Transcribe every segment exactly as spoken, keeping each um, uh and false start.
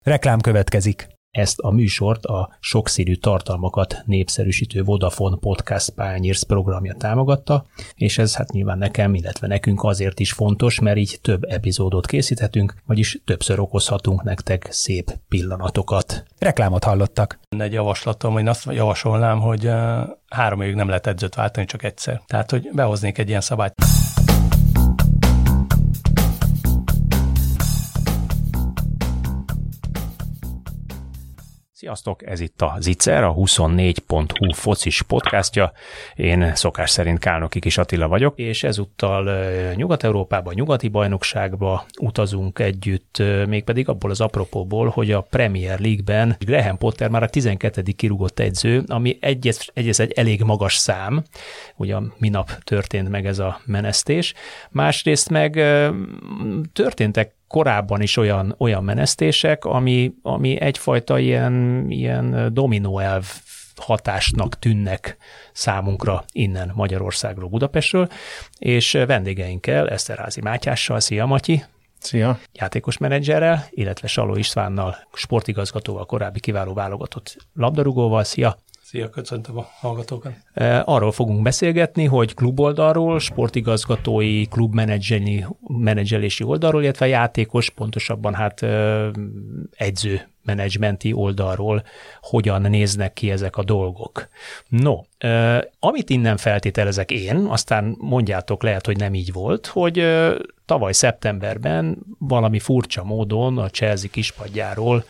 Reklám következik. Ezt a műsort a sokszínű tartalmakat népszerűsítő Vodafone Podcast Pioneers programja támogatta, és ez hát nyilván nekem, illetve nekünk azért is fontos, mert így több epizódot készíthetünk, vagyis többször okozhatunk nektek szép pillanatokat. Reklámot hallottak. Egy javaslatom, én azt javasolnám, hogy három évig nem lehet edzőt váltani, csak egyszer. Tehát, hogy behoznék egy ilyen szabályt. Sziasztok, ez itt a Zicser, a huszonnégy pont hu focis podcastja. Én szokás szerint Kálnoki Kis Attila vagyok, és ezúttal Nyugat-Európába, nyugati bajnokságba utazunk együtt, mégpedig abból az apropóból, hogy a Premier League-ben Graham Potter már a tizenkettedik kirúgott edző, ami egyrészt egy, egy elég magas szám, ugye minap történt meg ez a menesztés, másrészt meg történtek korábban is olyan, olyan menesztések, ami, ami egyfajta ilyen, ilyen dominóelv hatásnak tűnnek számunkra innen Magyarországról, Budapestről, és vendégeinkkel, Eszterházy Mátyással, szia Matyi! Szia! Játékos menedzserrel, illetve Saló Istvánnal, sportigazgatóval, korábbi kiváló válogatott labdarúgóval, szia! Szia, köszöntöm a hallgatókat. Arról fogunk beszélgetni, hogy kluboldalról, sportigazgatói, klubmenedzselési oldalról, illetve játékos, pontosabban hát edző menedzsmenti oldalról hogyan néznek ki ezek a dolgok. No, amit innen feltételezek én, aztán mondjátok, lehet, hogy nem így volt, hogy tavaly szeptemberben valami furcsa módon a Chelsea kispadjáról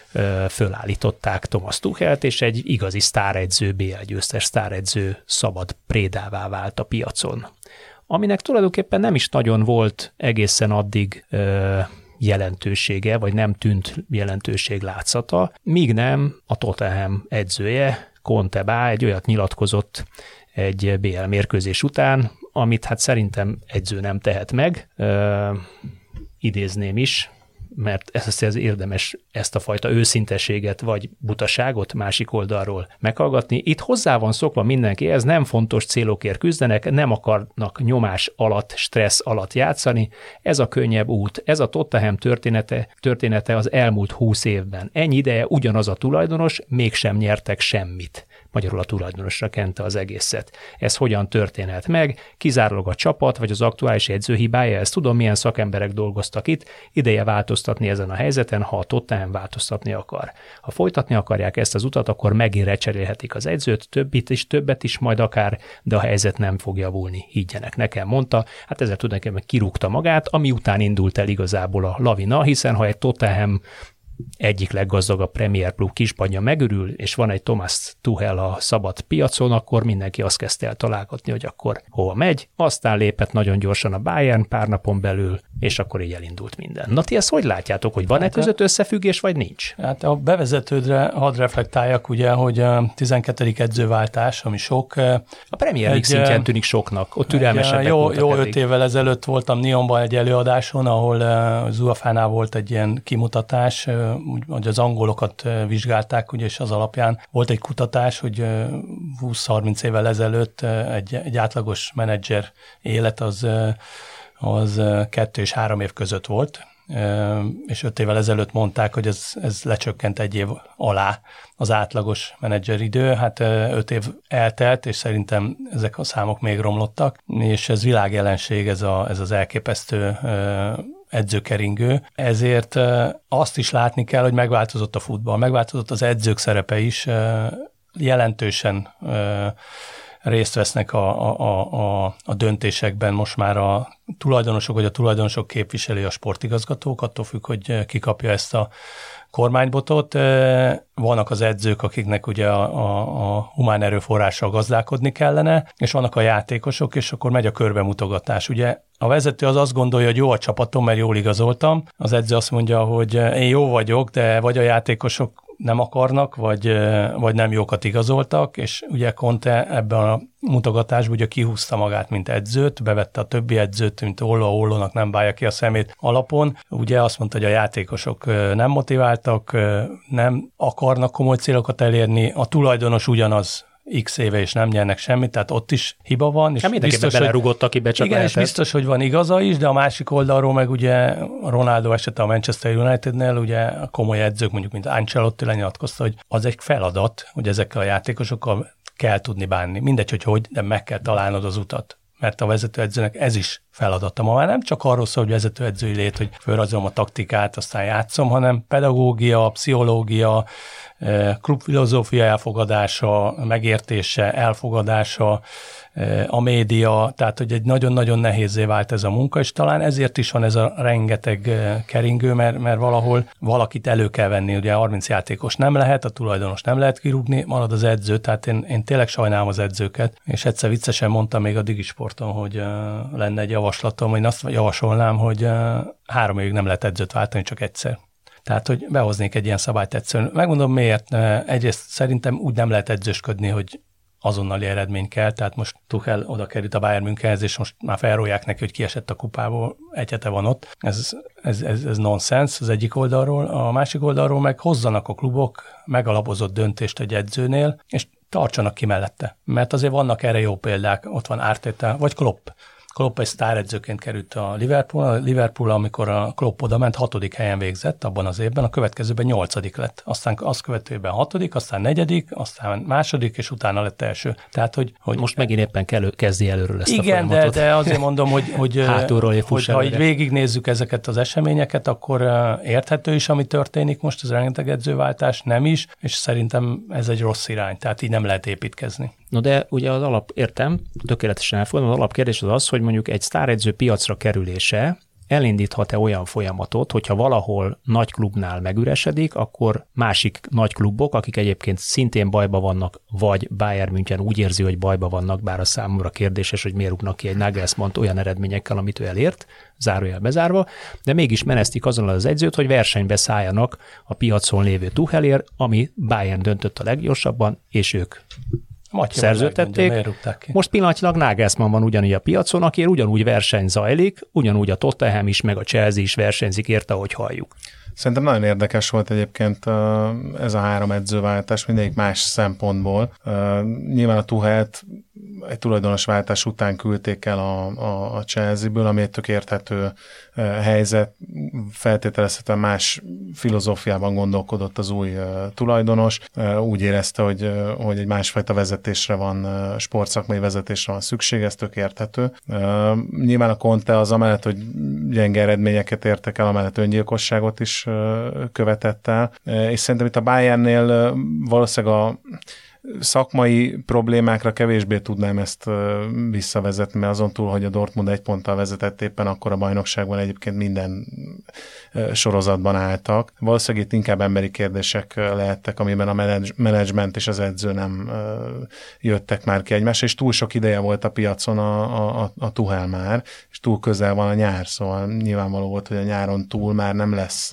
fölállították Thomas Tuchelt, és egy igazi sztáredző, bé el győztes sztáredző szabad prédává vált a piacon. Aminek tulajdonképpen nem is nagyon volt egészen addig ö, jelentősége, vagy nem tűnt jelentőség látszata, míg nem a Tottenham edzője, Conte bá egy olyat nyilatkozott egy bé el mérkőzés után, amit hát szerintem edző nem tehet meg, ö, idézném is, mert ez, ez érdemes ezt a fajta őszinteséget vagy butaságot másik oldalról meghallgatni. Itt hozzá van szokva mindenki, ez nem fontos célokért küzdenek, nem akarnak nyomás alatt, stressz alatt játszani. Ez a könnyebb út, ez a Tottenham története, története az elmúlt húsz évben. Ennyi ideje ugyanaz a tulajdonos, mégsem nyertek semmit. Magyarul a tulajdonosra kente az egészet. Ez hogyan történhet meg? Kizárólag a csapat, vagy az aktuális edző hibája? Ezt tudom, milyen szakemberek dolgoztak itt. Ideje változtatni ezen a helyzeten, ha a Tottenham változtatni akar. Ha folytatni akarják ezt az utat, akkor megint recserélhetik az edzőt, többit is, többet is majd akár, de a helyzet nem fog javulni, higgyenek nekem, mondta. Hát ezzel tulajdonképpen kirúgta magát, ami után indult el igazából a lavina, hiszen ha egy Tottenham egyik leggazdagabb Premier Club kispadja megörül, és van egy Thomas Tuchel a szabad piacon, akkor mindenki azt kezdte el találgatni, hogy akkor hova megy. Aztán lépett nagyon gyorsan a Bayern pár napon belül, és akkor így elindult minden. Na ti ezt hogy látjátok, hogy van-e között összefüggés, vagy nincs? Hát a bevezetődre hadd reflektáljak, ugye, hogy a tizenkettedik edzőváltás, ami sok. A Premier League szintjén tűnik soknak, ott türelmesebbek jó, voltak jó eddig. öt évvel ezelőtt voltam Nyonban egy előadáson, ahol az u e fá nál volt egy ilyen kimutatás, hogy az angolokat vizsgálták, ugye, és az alapján volt egy kutatás, hogy húsz-harminc évvel ezelőtt egy, egy átlagos menedzser élet az, az kettő és három év között volt, és öt évvel ezelőtt mondták, hogy ez, ez lecsökkent egy év alá az átlagos menedzseridő. Hát öt év eltelt, és szerintem ezek a számok még romlottak, és ez világjelenség, ez, a, ez az elképesztő edzőkeringő. Ezért azt is látni kell, hogy megváltozott a futball, megváltozott az edzők szerepe is, jelentősen részt vesznek a, a, a, a döntésekben most már a tulajdonosok, vagy a tulajdonosok képviseli a sportigazgatók, attól függ, hogy ki kapja ezt a kormánybotot. Vannak az edzők, akiknek ugye a, a, a humán erőforrással gazdálkodni kellene, és vannak a játékosok, és akkor megy a körbemutogatás. Ugye a vezető az azt gondolja, hogy jó a csapatom, mert jól igazoltam. Az edző azt mondja, hogy én jó vagyok, de vagy a játékosok nem akarnak, vagy, vagy nem jókat igazoltak, és ugye Conte ebben a mutogatásban ugye kihúzta magát, mint edzőt, bevette a többi edzőt, mint Olló, Ollónak nem bálja ki a szemét alapon. Ugye azt mondta, hogy a játékosok nem motiváltak, nem akarnak komoly célokat elérni, a tulajdonos ugyanaz x éve és nem nyernek semmit, tehát ott is hiba van. És hát biztos, belerugott, akibe csak igen, lehetett. És biztos, hogy van igaza is, de a másik oldalról meg ugye Ronaldo esete a Manchester Unitednél, ugye a komoly edzők, mondjuk mint Ancelotti lenyilatkozta, hogy az egy feladat, hogy ezekkel a játékosokkal kell tudni bánni. Mindegy, hogy hogy, de meg kell találnod az utat. Mert a vezetőedzőnek ez is feladata. Ma már nem csak arról szól, hogy vezetőedzői lét, hogy fölrajzolom a taktikát, aztán játszom, hanem pedagógia, pszichológia, klubfilozófia elfogadása, megértése, elfogadása, a média, tehát hogy egy nagyon-nagyon nehézzé vált ez a munka, és talán ezért is van ez a rengeteg keringő, mert, mert valahol valakit elő kell venni, ugye harminc játékos nem lehet, a tulajdonos nem lehet kirúgni, marad az edző, tehát én, én tényleg sajnálom az edzőket, és egyszer viccesen mondtam még a Digisporton, hogy uh, lenne egy javaslatom, én azt javasolnám, hogy uh, három évig nem lehet edzőt váltani, csak egyszer. Tehát, hogy behoznék egy ilyen szabályt egyszerűen. Megmondom miért. Egyrészt szerintem úgy nem lehet edzősködni, hogy azonnali eredmény kell, tehát most Tuchel oda került a Bayern Münchenhez, és most már felrólják neki, hogy kiesett a kupából, egy hete van ott. Ez, ez, ez, ez nonsens az egyik oldalról. A másik oldalról meg hozzanak a klubok megalapozott döntést egy edzőnél, és tartsanak ki mellette. Mert azért vannak erre jó példák, ott van Arteta, vagy Klopp. Klopp egy sztáredzőként került a Liverpool, a Liverpool, amikor a Klopp oda ment, hatodik helyen végzett abban az évben, a következőben nyolcadik lett. Aztán azt követőben hatodik, aztán negyedik, aztán második, és utána lett első. Tehát, hogy, hogy most megint éppen kell, kezdi előről ezt igen, a folyamatot. Igen, de, de azért mondom, hogy, hogy, hogy ha így végignézzük ezeket az eseményeket, akkor érthető is, ami történik most, az rengeteg edzőváltás, nem is, és szerintem ez egy rossz irány, tehát így nem lehet építkezni. No de ugye az alap, értem, tökéletesen elfogadom, az alapkérdés az az, hogy mondjuk egy sztáredző piacra kerülése elindíthat-e olyan folyamatot, hogyha valahol nagy klubnál megüresedik, akkor másik nagy klubok, akik egyébként szintén bajba vannak, vagy Bayern München úgy érzi, hogy bajba vannak, bár a számomra kérdéses, hogy miért rúgnak ki egy Nagelsmann olyan eredményekkel, amit ő elért, zárójel bezárva, de mégis menesztik azonnal az edzőt, hogy versenybe szálljanak a piacon lévő Tuchelért, ami Bayern döntött a leggyorsabban, és ők Matyi szerződtették. Most pillanatnyilag Nagelsmann van ugyanígy a piacon, akiért ugyanúgy verseny zajlik, ugyanúgy a Tottenham is, meg a Chelsea is versenyzik érte, ahogy halljuk. Szerintem nagyon érdekes volt egyébként ez a három edzőváltás, mindegyik más szempontból. Nyilván a Tuchelt egy tulajdonosváltás után küldték el a, a, a Chelsea-ből, ami egy tök érthető helyzet, feltételezhetően más filozófiában gondolkodott az új tulajdonos. Úgy érezte, hogy, hogy egy másfajta vezetésre van, sportszakmai vezetésre van szükség, ez tök érthető. Nyilván a Conte az amellett, hogy gyenge eredményeket értek el, amellett öngyilkosságot is követett el, és szerintem itt a Bayernnél valószínűleg a szakmai problémákra kevésbé tudnám ezt visszavezetni, mert azon túl, hogy a Dortmund egy ponttal vezetett éppen, akkor a bajnokságban egyébként minden sorozatban álltak. Valószínűleg itt inkább emberi kérdések lehettek, amiben a menedzsment és az edző nem jöttek már ki egymásra, és túl sok ideje volt a piacon a, a, a Tuchel már, és túl közel van a nyár, szóval nyilvánvaló volt, hogy a nyáron túl már nem lesz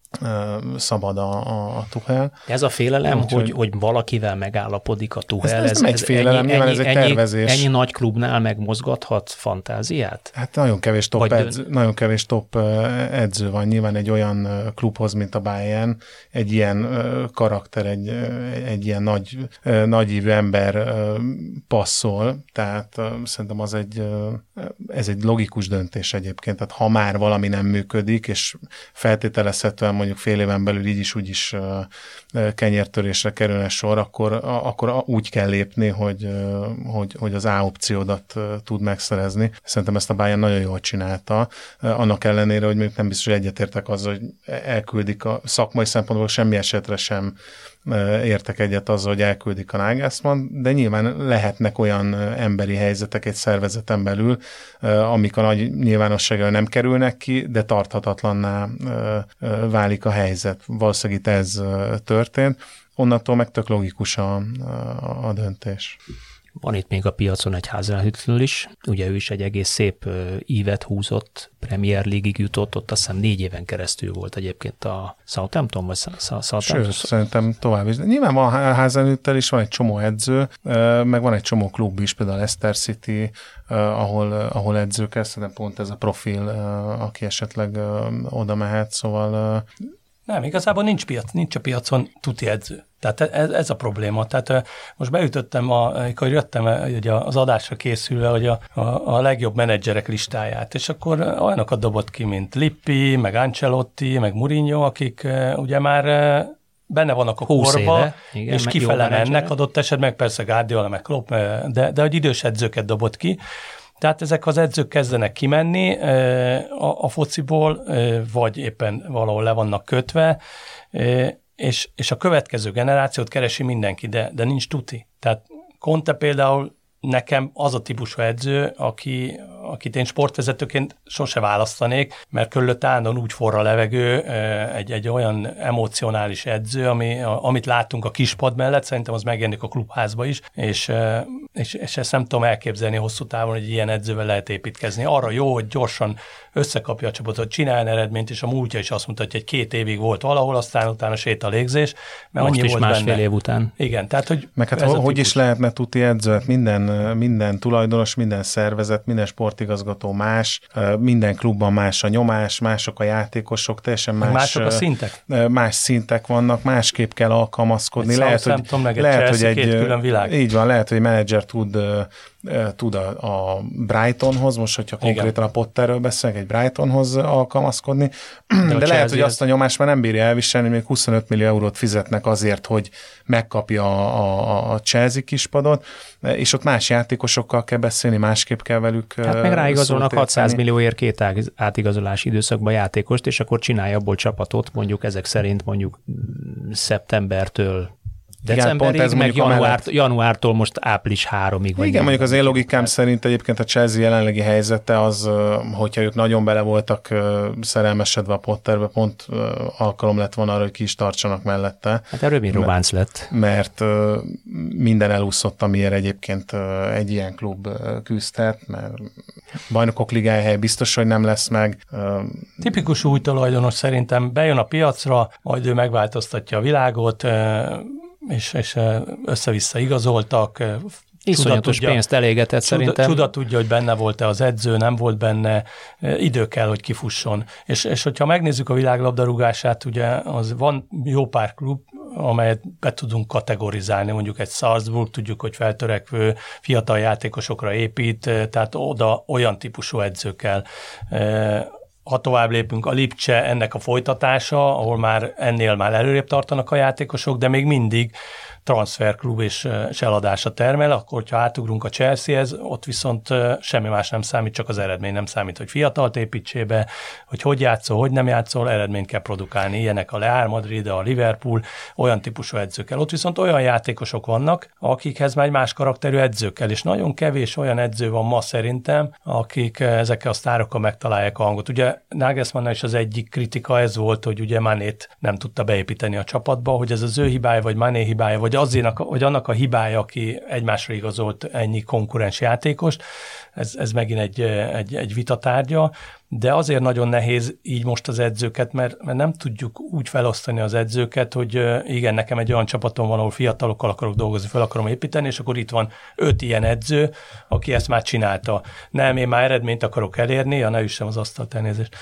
szabad a, a, a Tuchel. Ez a félelem, úgy, hogy, hogy valakivel megállapodik a Tuchel. Ez, ez, ez nem egy félelem, ennyi, ez egy tervezés. Ennyi, ennyi nagy klubnál megmozgathat fantáziát? Hát nagyon kevés top, edző, nagyon kevés top edző van. Nyilván egy olyan klubhoz, mint a Bayern, egy ilyen karakter, egy, egy ilyen nagy, nagyívű ember passzol, tehát szerintem az egy, ez egy logikus döntés egyébként. Tehát ha már valami nem működik, és feltételezhetően mondjuk fél éven belül így is úgy is kenyértörésre kerülne sor, akkor, akkor úgy kell lépni, hogy, hogy, hogy az A opciódat tud megszerezni. Szerintem ezt a Bayern nagyon jól csinálta. Annak ellenére, hogy mondjuk nem biztos, hogy egyetértek azzal, hogy elküldik a szakmai szempontból semmi esetre sem értek egyet azzal, hogy elküldik a Nagelsmann, de nyilván lehetnek olyan emberi helyzetek egy szervezeten belül, amik a nagy nyilvánosságra nem kerülnek ki, de tarthatatlanná válik a helyzet. Valószínűleg itt ez történt. Onnantól meg tök logikus a, a, a döntés. Van itt még a piacon egy Hasenhüttl is, ugye ő is egy egész szép ívet húzott, Premier League-ig jutott, ott azt hiszem négy éven keresztül volt egyébként a Southampton, vagy Southampton? Sőt, szerintem tovább is. Nyilván van Hasenhüttl is, van egy csomó edző, meg van egy csomó klub is, például Leicester City, ahol, ahol edzők, szerintem pont ez a profil, aki esetleg oda mehet, szóval... Nem, igazából nincs piac, nincs a piacon tuti edző. Tehát ez, ez a probléma. Tehát most beütöttem, a, amikor jöttem ugye az adásra készülve, hogy a, a, a legjobb menedzserek listáját, és akkor olyanokat dobott ki, mint Lippi, meg Ancelotti, meg Mourinho, akik ugye már benne vannak a korba, igen, és kifele mennek adott esetben, meg persze Guardiola, meg Klopp, de, de hogy idős edzőket dobott ki. Tehát ezek az edzők kezdenek kimenni a, a fociból, vagy éppen valahol le vannak kötve, és, és a következő generációt keresi mindenki, de, de nincs tuti. Tehát Conte például nekem az a típusú edző, aki, akit én sportvezetőként sose választanék, mert körülött állandóan úgy forra levegő, egy, egy olyan emocionális edző, ami, amit látunk a kispad mellett, szerintem az megjelenik a klubházba is, és, és, és ezt nem tudom elképzelni hosszú távon, hogy ilyen edzővel lehet építkezni. Arra jó, hogy gyorsan összekapja a csapatot, csináljon eredményt, és a múltja is azt mutatja, hogy két évig volt valahol, aztán utána sétalégzés, mert most annyi is volt másfél benne. év után. Igen, tehát hogy meg hát hogy is lehetne tuti edző? Hát minden, minden tulajdonos, minden szervezet, minden sportigazgató más, minden klubban más a nyomás, mások a játékosok, teljesen más, mások a szintek. Más szintek vannak, másképp kell alkalmazkodni. Egy lehet, hogy, tudom, lehet, hogy egy, külön világ. Így van, lehet, hogy egy menedzser tud tud a, a Brightonhoz, most, hogyha konkrétan igen. a Potterről beszélek, egy Brightonhoz alkalmazkodni, de, de lehet, hogy azt a nyomást már nem bírja elviselni, még huszonöt millió eurót fizetnek azért, hogy megkapja a, a, a Chelsea kispadot, és ott más játékosokkal kell beszélni, másképp kell velük hát meg ráigazolnak hatszáz millióért két átigazolási időszakban játékost, és akkor csinálja abból csapatot, mondjuk ezek szerint mondjuk szeptembertől decemberig, igen, meg január, januártól most április harmadikig. Igen, mondjuk az én logikám szerint egyébként a Chelsea jelenlegi helyzete az, hogyha ők nagyon bele voltak szerelmesedve a Potterbe, pont alkalom lett volna arra, hogy ki is tartsanak mellette. Hát erről mi románc lett. Mert minden elúszott, amiért egyébként egy ilyen klub küzdhet, mert bajnokok ligája hely biztos, hogy nem lesz meg. Tipikus új tulajdonos szerintem bejön a piacra, majd ő megváltoztatja a világot, és, és össze-vissza igazoltak. Iszonyatos tudja, pénzt elégetett csuda, szerintem. Csuda tudja, hogy benne volt-e az edző, nem volt benne, idő kell, hogy kifusson. És, és hogyha megnézzük a világlabdarúgását, ugye az van jó pár klub, amelyet be tudunk kategorizálni, mondjuk egy Salzburg, tudjuk, hogy feltörekvő fiatal játékosokra épít, tehát oda olyan típusú edző kell. Ha tovább lépünk, a Lipcse ennek a folytatása, ahol már ennél már előrébb tartanak a játékosok, de még mindig transferklub és, és eladása termel, akkor ha átugrunk a Chelseahez, ott viszont semmi más nem számít, csak az eredmény nem számít, hogy fiatalt építsébe, hogy hogy játszol, hogy nem játszol, eredményt kell produkálni. Ilyenek a Real Madrid, a Liverpool, olyan típusú edzőkkel. Ott viszont olyan játékosok vannak, akikhez már egy más karakterű edzőkkel, és nagyon kevés olyan edző van ma szerintem, akik ezekkel a sztárokkal megtalálják a hangot. Ugye Nagelsmann is az egyik kritika ez volt, hogy ugye Manét nem tudta beépíteni a csapatba, hogy ez az ő hibája, vagy Mané hibája, vagy azért, vagy annak a hibája, aki egymásra igazolt ennyi konkurens játékost, ez, ez megint egy, egy, egy vitatárgya, de azért nagyon nehéz így most az edzőket, mert, mert nem tudjuk úgy felosztani az edzőket, hogy igen, nekem egy olyan csapatom van, ahol fiatalokkal akarok dolgozni, fel akarom építeni, és akkor itt van öt ilyen edző, aki ezt már csinálta. Nem, én már eredményt akarok elérni, ja, ne üssem az asztalt, elnézést.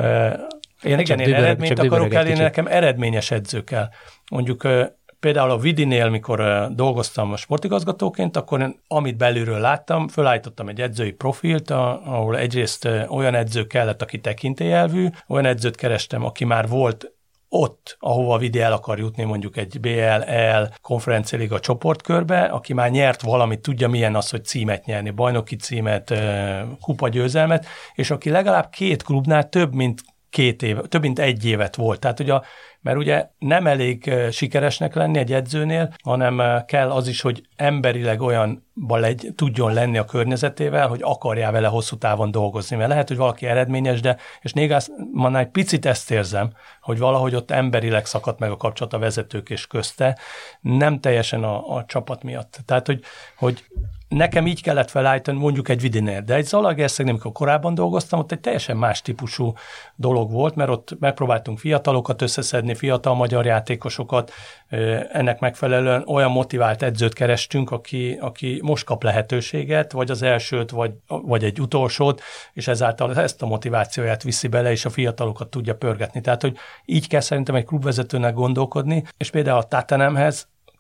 Én igen, én eredményt akarok elérni, nekem eredményes edző kell. Mondjuk például a Vidinél, mikor uh, dolgoztam a sportigazgatóként, akkor én, amit belülről láttam, fölállítottam egy edzői profilt, a, ahol egyrészt uh, olyan edző kellett, aki tekintélyelvű, olyan edzőt kerestem, aki már volt ott, ahova a Vidi el akar jutni, mondjuk egy bé el, é el, konferencialiga csoportkörbe, aki már nyert valamit, tudja milyen az, hogy címet nyerni, bajnoki címet, uh, kupagyőzelmet, és aki legalább két klubnál több, mint két év, több mint egy évet volt. Tehát ugye, mert ugye nem elég sikeresnek lenni egy edzőnél, hanem kell az is, hogy emberileg olyanban legy, tudjon lenni a környezetével, hogy akarjál vele hosszú távon dolgozni. Mert lehet, hogy valaki eredményes, de és Nagelsmann egy picit ezt érzem, hogy valahogy ott emberileg szakadt meg a kapcsolat a vezetők és közte, nem teljesen a, a csapat miatt. Tehát, hogy, hogy nekem így kellett felállítani mondjuk egy Vidinél, de egy Zalaegerszegnél, amikor korábban dolgoztam, ott egy teljesen más típusú dolog volt, mert ott megpróbáltunk fiatalokat összeszedni, fiatal magyar játékosokat, ennek megfelelően olyan motivált edzőt kerestünk, aki, aki most kap lehetőséget, vagy az elsőt, vagy, vagy egy utolsót, és ezáltal ezt a motivációját viszi bele, és a fiatalokat tudja pörgetni. Tehát, hogy így kell szerintem egy klubvezetőnek gondolkodni, és például a Tottenhamhez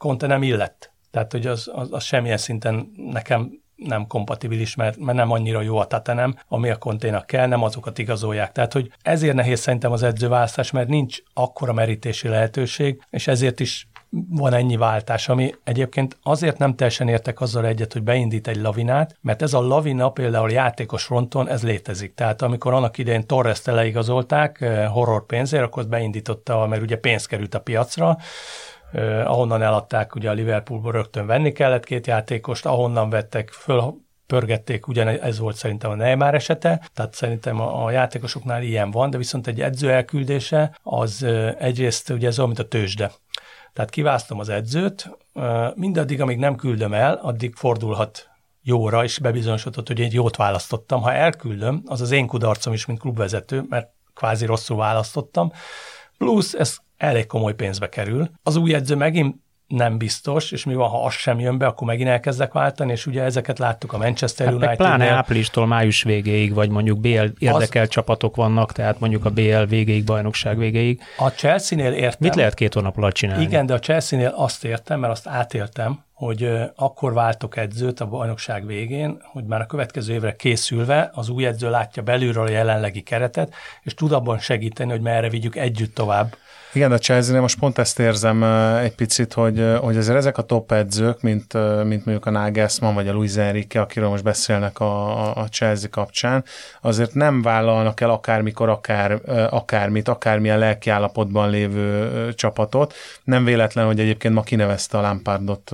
Conte nem illett. Tehát, hogy az, az, az semmilyen szinten nekem nem kompatibilis, mert, mert nem annyira jó a Tatanem, ami a Conténak kell, nem azokat igazolják. Tehát, hogy ezért nehéz szerintem az edzőválasztás, mert nincs akkora merítési lehetőség, és ezért is van ennyi váltás, ami egyébként azért nem teljesen értek azzal egyet, hogy beindít egy lavinát, mert ez a lavina például játékos fronton, ez létezik. Tehát amikor annak idején Torrest leigazolták horror pénzért, akkor beindította, mert ugye pénz került a piacra, Uh, ahonnan eladták, ugye a Liverpoolból rögtön venni kellett két játékost, ahonnan vettek, föl pörgették, ugyanez volt szerintem a Neymar esete, tehát szerintem a, a játékosoknál ilyen van, de viszont egy edző elküldése az uh, egyrészt ugye ez olyan, mint a tőzsde. Tehát kiválasztom az edzőt, uh, mindaddig, amíg nem küldöm el, addig fordulhat jóra, és bebizonyosodott, hogy egy jót választottam. Ha elküldöm, az az én kudarcom is, mint klubvezető, mert kvázi rosszul választottam, plusz ez elég komoly pénzbe kerül. Az új edző megint nem biztos, és mi van, ha az sem jön be, akkor megint elkezdek váltani, és ugye ezeket láttuk a Manchester hát United-nél. Pláne áprilistól május végéig, vagy mondjuk bé el érdekelt az... csapatok vannak, tehát mondjuk a bé el végéig, bajnokság végéig. A Chelsea-nél értem. Mit lehet két hónap alatt csinálni? Igen, de a Chelsea-nél azt értem, mert azt átéltem, hogy akkor váltok edzőt a bajnokság végén, hogy már a következő évre készülve az új edző látja belülről a jelenlegi keretet, és tud abban segíteni, hogy merre vigyük együtt tovább. Igen, a Chelsea-nél most pont ezt érzem egy picit, hogy, hogy azért ezek a top edzők, mint, mint mondjuk a Nagelsmann vagy a Luis Enrique, akiről most beszélnek a, a Chelsea kapcsán, azért nem vállalnak el akármikor, akár, akármit, akármilyen lelkiállapotban lévő csapatot. Nem véletlen, hogy egyébként ma kinevezte a Lampardot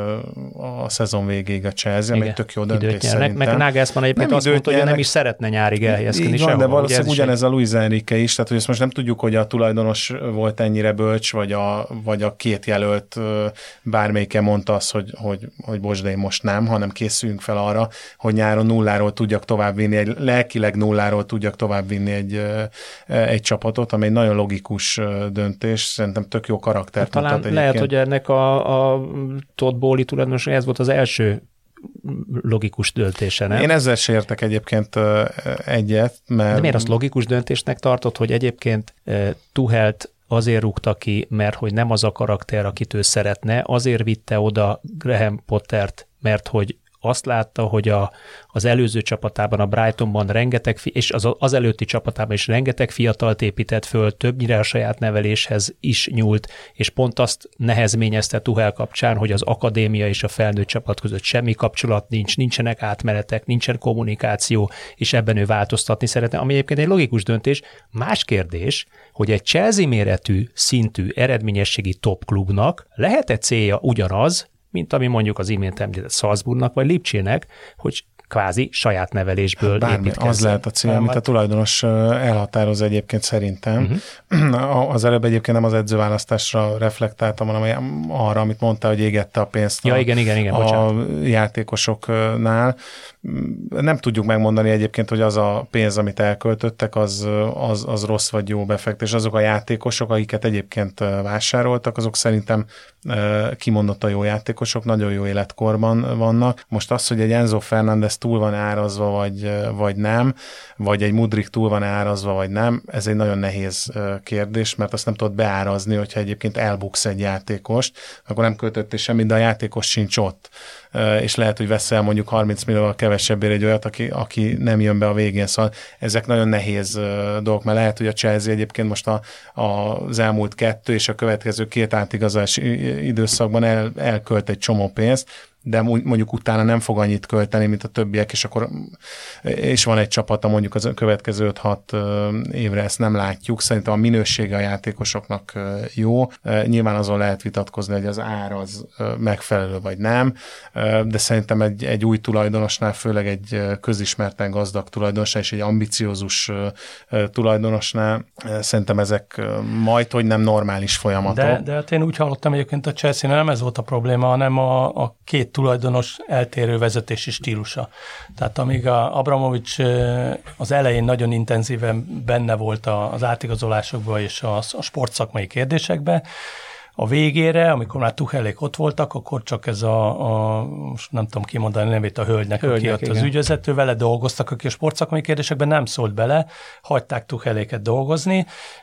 a szezon végéig a Chelsea, ami tök jó döntés szerintem. Meg a Nagelsmann egyébként nem azt mondta, hogy nem is szeretne nyárig elhelyezkedni. Így van, de valószínűleg ugyanez a Luis Enrique is, tehát hogy ezt most nem tudjuk, hogy a tulajdonos volt ennyire bölcs, vagy a, vagy a két jelölt bármelyike mondta azt, hogy, hogy, hogy bocs, de én most nem, hanem készüljünk fel arra, hogy nyáron nulláról tudjak továbbvinni, egy, lelkileg nulláról tudjak továbbvinni egy, egy csapatot, ami egy nagyon logikus döntés, szerintem tök jó karaktert talán mutat lehet, egyébként. hogy ennek a, a Todd Bowley tulajdonos, ez volt az első logikus döntése, nem? Én ezzel se értek egyébként egyet, mert... De miért azt logikus döntésnek tartott, hogy egyébként Tuchelt azért rúgta ki, mert hogy nem az a karakter, akit ő szeretne, azért vitte oda Graham Pottert, mert hogy azt látta, hogy a, az előző csapatában, a Brightonban rengeteg, és az, az előtti csapatában is rengeteg fiatalt épített föl, többnyire a saját neveléshez is nyúlt, és pont azt nehezményezte Tuchel kapcsán, hogy az akadémia és a felnőtt csapat között semmi kapcsolat nincs, nincsenek átmenetek, nincsen kommunikáció, és ebben ő változtatni szeretne, ami egyébként egy logikus döntés. Más kérdés, hogy egy Chelsea méretű, szintű, eredményességi top klubnak lehet-e célja ugyanaz, mint ami mondjuk az imént említett Salzburgnak vagy Lipcsének, hogy kvázi saját nevelésből Bármi, építkezzen. az lehet a cél, amit a tulajdonos elhatároz egyébként szerintem. Uh-huh. Az előbb egyébként nem az edzőválasztásra reflektáltam, hanem arra, amit mondta, hogy égette a pénzt ja, a, igen, igen, igen, a játékosoknál. Nem tudjuk megmondani egyébként, hogy az a pénz, amit elköltöttek, az, az, az rossz vagy jó befektetés. Azok a játékosok, akiket egyébként vásároltak, azok szerintem kimondottan jó játékosok, nagyon jó életkorban vannak. Most az, hogy egy Enzo Fernández túl van árazva, vagy, vagy nem, vagy egy Mudryk túl van árazva, vagy nem, ez egy nagyon nehéz kérdés, mert azt nem tudod beárazni, hogyha egyébként elbuksz egy játékost, akkor nem költöttél semmit, de a játékos sincs ott. És lehet, hogy veszel mondjuk harminc millióval kevesebbért egy olyat, aki, aki nem jön be a végén. Szóval ezek nagyon nehéz dolgok, mert lehet, hogy a Chelsea egyébként most a, a, az elmúlt kettő és a következő két átigazolási időszakban el, elkölt egy csomó pénzt, de mondjuk utána nem fog annyit költeni, mint a többiek, és akkor és van egy csapata mondjuk az következő öt-hat évre, ezt nem látjuk. Szerintem a minősége a játékosoknak jó. Nyilván azon lehet vitatkozni, hogy az ár az megfelelő vagy nem, de szerintem egy, egy új tulajdonosnál, főleg egy közismerten gazdag tulajdonosnál és egy ambiciózus tulajdonosnál szerintem ezek majd, hogy nem normális folyamatok. De, de hát én úgy hallottam egyébként a Chelsea-nél nem ez volt a probléma, hanem a, a két tulajdonos eltérő vezetési stílusa. Tehát amíg a Abramovics az elején nagyon intenzíven benne volt az átigazolásokban és a, a sportszakmai kérdésekben, A végére, amikor már Tuchelék ott voltak, akkor csak ez a, a most nem tudom kimondani nevét a hölgynek, hölgynek aki ott az ügyvezető, vele dolgoztak, aki a sportszakmai kérdésekben nem szólt bele, hagyták Tucheléket dolgozni.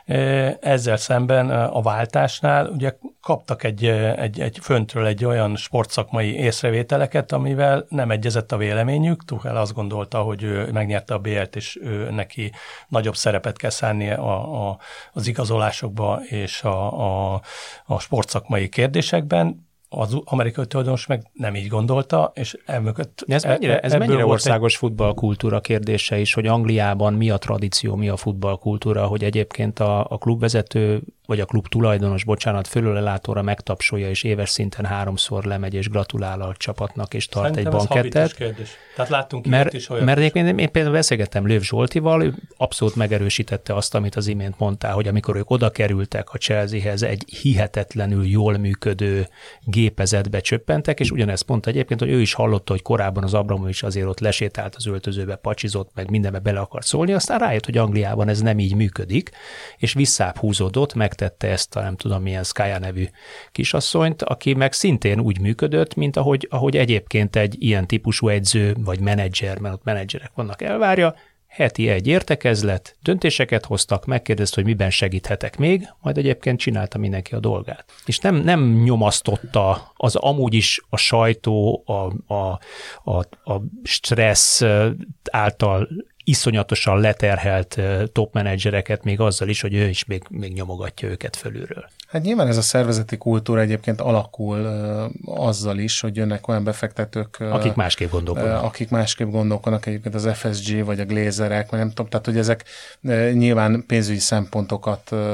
Ezzel szemben a váltásnál ugye kaptak egy, egy, egy föntről egy olyan sportszakmai észrevételeket, amivel nem egyezett a véleményük. Tuchel azt gondolta, hogy ő megnyerte a bé el-t, és ő neki nagyobb szerepet kell szánni a, a, az igazolásokba és a, a, a sportszakmai kérdésekben. Az amerikai tulajdonos meg nem így gondolta, és emögött... Ez mennyire, ez mennyire országos egy... futballkultúra kérdése is, hogy Angliában mi a tradíció, mi a futballkultúra, hogy egyébként a, a klubvezető, vagy a klub tulajdonos, bocsánat, fölölelátóra megtapsolja, és éves szinten háromszor lemegy, és gratulál a csapatnak, és tart Szerintem egy bankettet. Kérdés. Tehát láttunk mert, is olyat. Mert én, én például beszélgettem Löw Zsoltival, ő abszolút megerősítette azt, amit az imént mondtál, hogy amikor ők oda kerültek a Chelseahez, egy hihetetlenül jól működő gépezetbe csöppentek, és ugyanezt mondta egyébként, hogy ő is hallotta, hogy korábban az Abramovics azért ott lesétált az öltözőbe, pacsizott, meg mindenbe bele akart szólni, aztán rájött, hogy Angliában ez nem így működik, és visszább húzódott, megtette ezt a nem tudom milyen Skya nevű kisasszonyt, aki meg szintén úgy működött, mint ahogy, ahogy egyébként egy ilyen típusú edző, vagy menedzser, mert ott menedzserek vannak, elvárja, heti egy értekezlet, döntéseket hoztak, megkérdezte, hogy miben segíthetek még, majd egyébként csinálta mindenki a dolgát. És nem, nem nyomasztotta az amúgy is a sajtó, a, a, a, a stressz által iszonyatosan leterhelt top menedzsereket még azzal is, hogy ő is még, még nyomogatja őket fölülről. Hát nyilván ez a szervezeti kultúra egyébként alakul uh, azzal is, hogy jönnek olyan befektetők, uh, akik másképp gondolkodnak. Uh, akik másképp gondolkodnak, egyébként az ef es gé vagy a Glazerek, vagy nem tudom, tehát hogy ezek uh, nyilván pénzügyi szempontokat uh,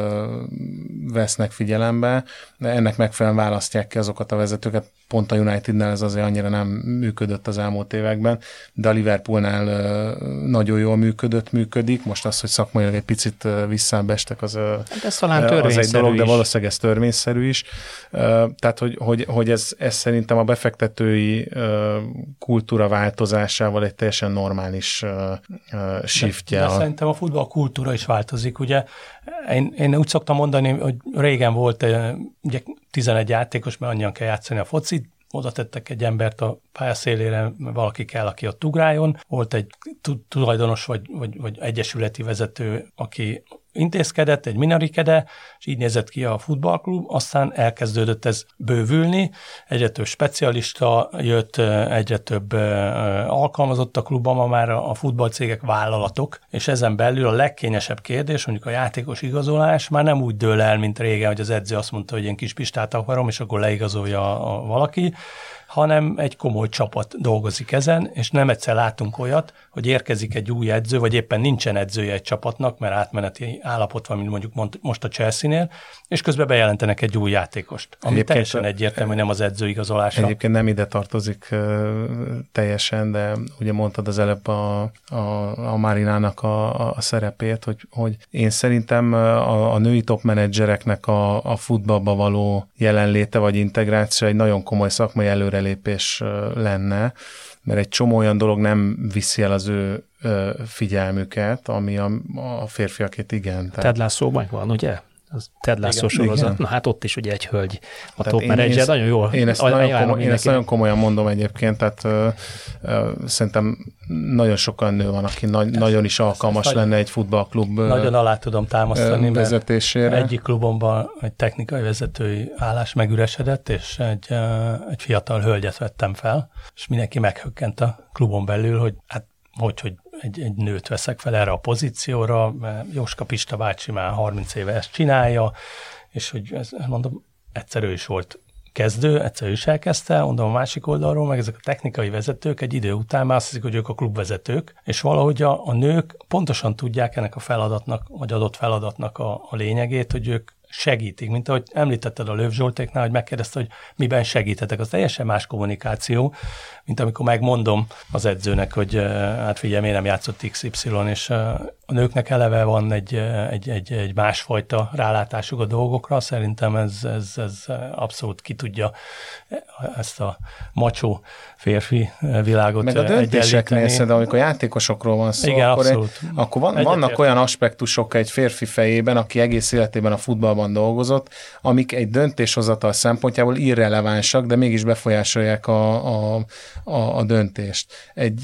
vesznek figyelembe, ennek megfelelően választják ki azokat a vezetőket. Pont a Unitednál ez azért annyira nem működött az elmúlt években, de a Liverpoolnál uh, nagyon jól működött, működik. Most az, hogy szakmailag egy picit uh, visszábbestek, az, uh, ez talán törvényszerű az egy dolog, is. De valószínűleg ez törvényszerű is. Tehát, hogy, hogy, hogy ez, ez szerintem a befektetői kultúra változásával egy teljesen normális shiftje. De, de szerintem a futball kultúra is változik. Ugye én, én úgy szoktam mondani, hogy régen volt ugye tizenegy játékos, mert annyian kell játszani a focit, oda tettek egy embert a pályaszélére, valaki kell, aki ott ugráljon. Volt egy tulajdonos vagy, vagy, vagy egyesületi vezető, aki intézkedett, egy minarikede, és így nézett ki a futballklub, aztán elkezdődött ez bővülni, egyre több specialista jött, egyre több alkalmazott a klubban, ma már a futballcégek vállalatok, és ezen belül a legkényesebb kérdés, mondjuk a játékos igazolás már nem úgy dől el, mint régen, hogy az edző azt mondta, hogy én kis Pistát akarom, és akkor leigazolja a, a valaki, hanem egy komoly csapat dolgozik ezen, és nem egyszer látunk olyat, hogy érkezik egy új edző, vagy éppen nincsen edzője egy csapatnak, mert átmeneti állapot van, mint mondjuk most a Chelsea-nél, és közben bejelentenek egy új játékost, ami egyébként teljesen egyértelmű, hogy nem az edző igazolása. Egyébként nem ide tartozik uh, teljesen, de ugye mondtad az előbb a, a, a Marinának a, a szerepét, hogy, hogy én szerintem a, a női top menedzsereknek a, a futballba való jelenléte vagy integráció egy nagyon komoly szakmai előrelépés lenne, mert egy csomó olyan dolog nem viszi el az ő figyelmüket, ami a, a férfiakét igen. Ted Lasso-ban van, ugye? Az Ted Lasso sorozat. Na hát ott is ugye egy hölgy, a top menedzser, nagyon jól. Én ezt, nagyon, komoly, én ezt nagyon komolyan mondom egyébként, tehát ö, ö, szerintem nagyon sokan nő van, aki na- nagyon is alkalmas ezt lenne nagy, egy futballklub nagyon alá tudom támasztani, ö, vezetésére. Egyik klubomban egy technikai vezetői állás megüresedett, és egy, ö, egy fiatal hölgyet vettem fel, és mindenki meghökkent a klubon belül, hogy hát hogy, hogy egy, egy nőt veszek fel erre a pozícióra, mert Jóska Pista bácsi már harminc éve ezt csinálja, és hogy ez, mondom, egyszer ő is volt kezdő, egyszer ő is elkezdte, mondom a másik oldalról, meg ezek a technikai vezetők egy idő után már azt hiszik, hogy ők a klubvezetők, és valahogy a, a nők pontosan tudják ennek a feladatnak, vagy adott feladatnak a, a lényegét, hogy ők segítik, mint ahogy említetted a Löw Zsoltéknál, hogy megkérdezte, hogy miben segíthetek. Az teljesen más kommunikáció, mint amikor megmondom az edzőnek, hogy hát figyelj, miért nem játszott iksz ipszilon, és a nőknek eleve van egy, egy, egy, egy másfajta rálátásuk a dolgokra, szerintem ez, ez, ez abszolút ki tudja ezt a macsó férfi világot meg a döntéseknél szerintem, amikor játékosokról van szó, igen, akkor, abszolút. egy, akkor van, vannak olyan aspektusok egy férfi fejében, aki egész életében a futballban dolgozott, amik egy döntéshozatal szempontjából irrelevánsak, de mégis befolyásolják a, a, a, a döntést. Egy,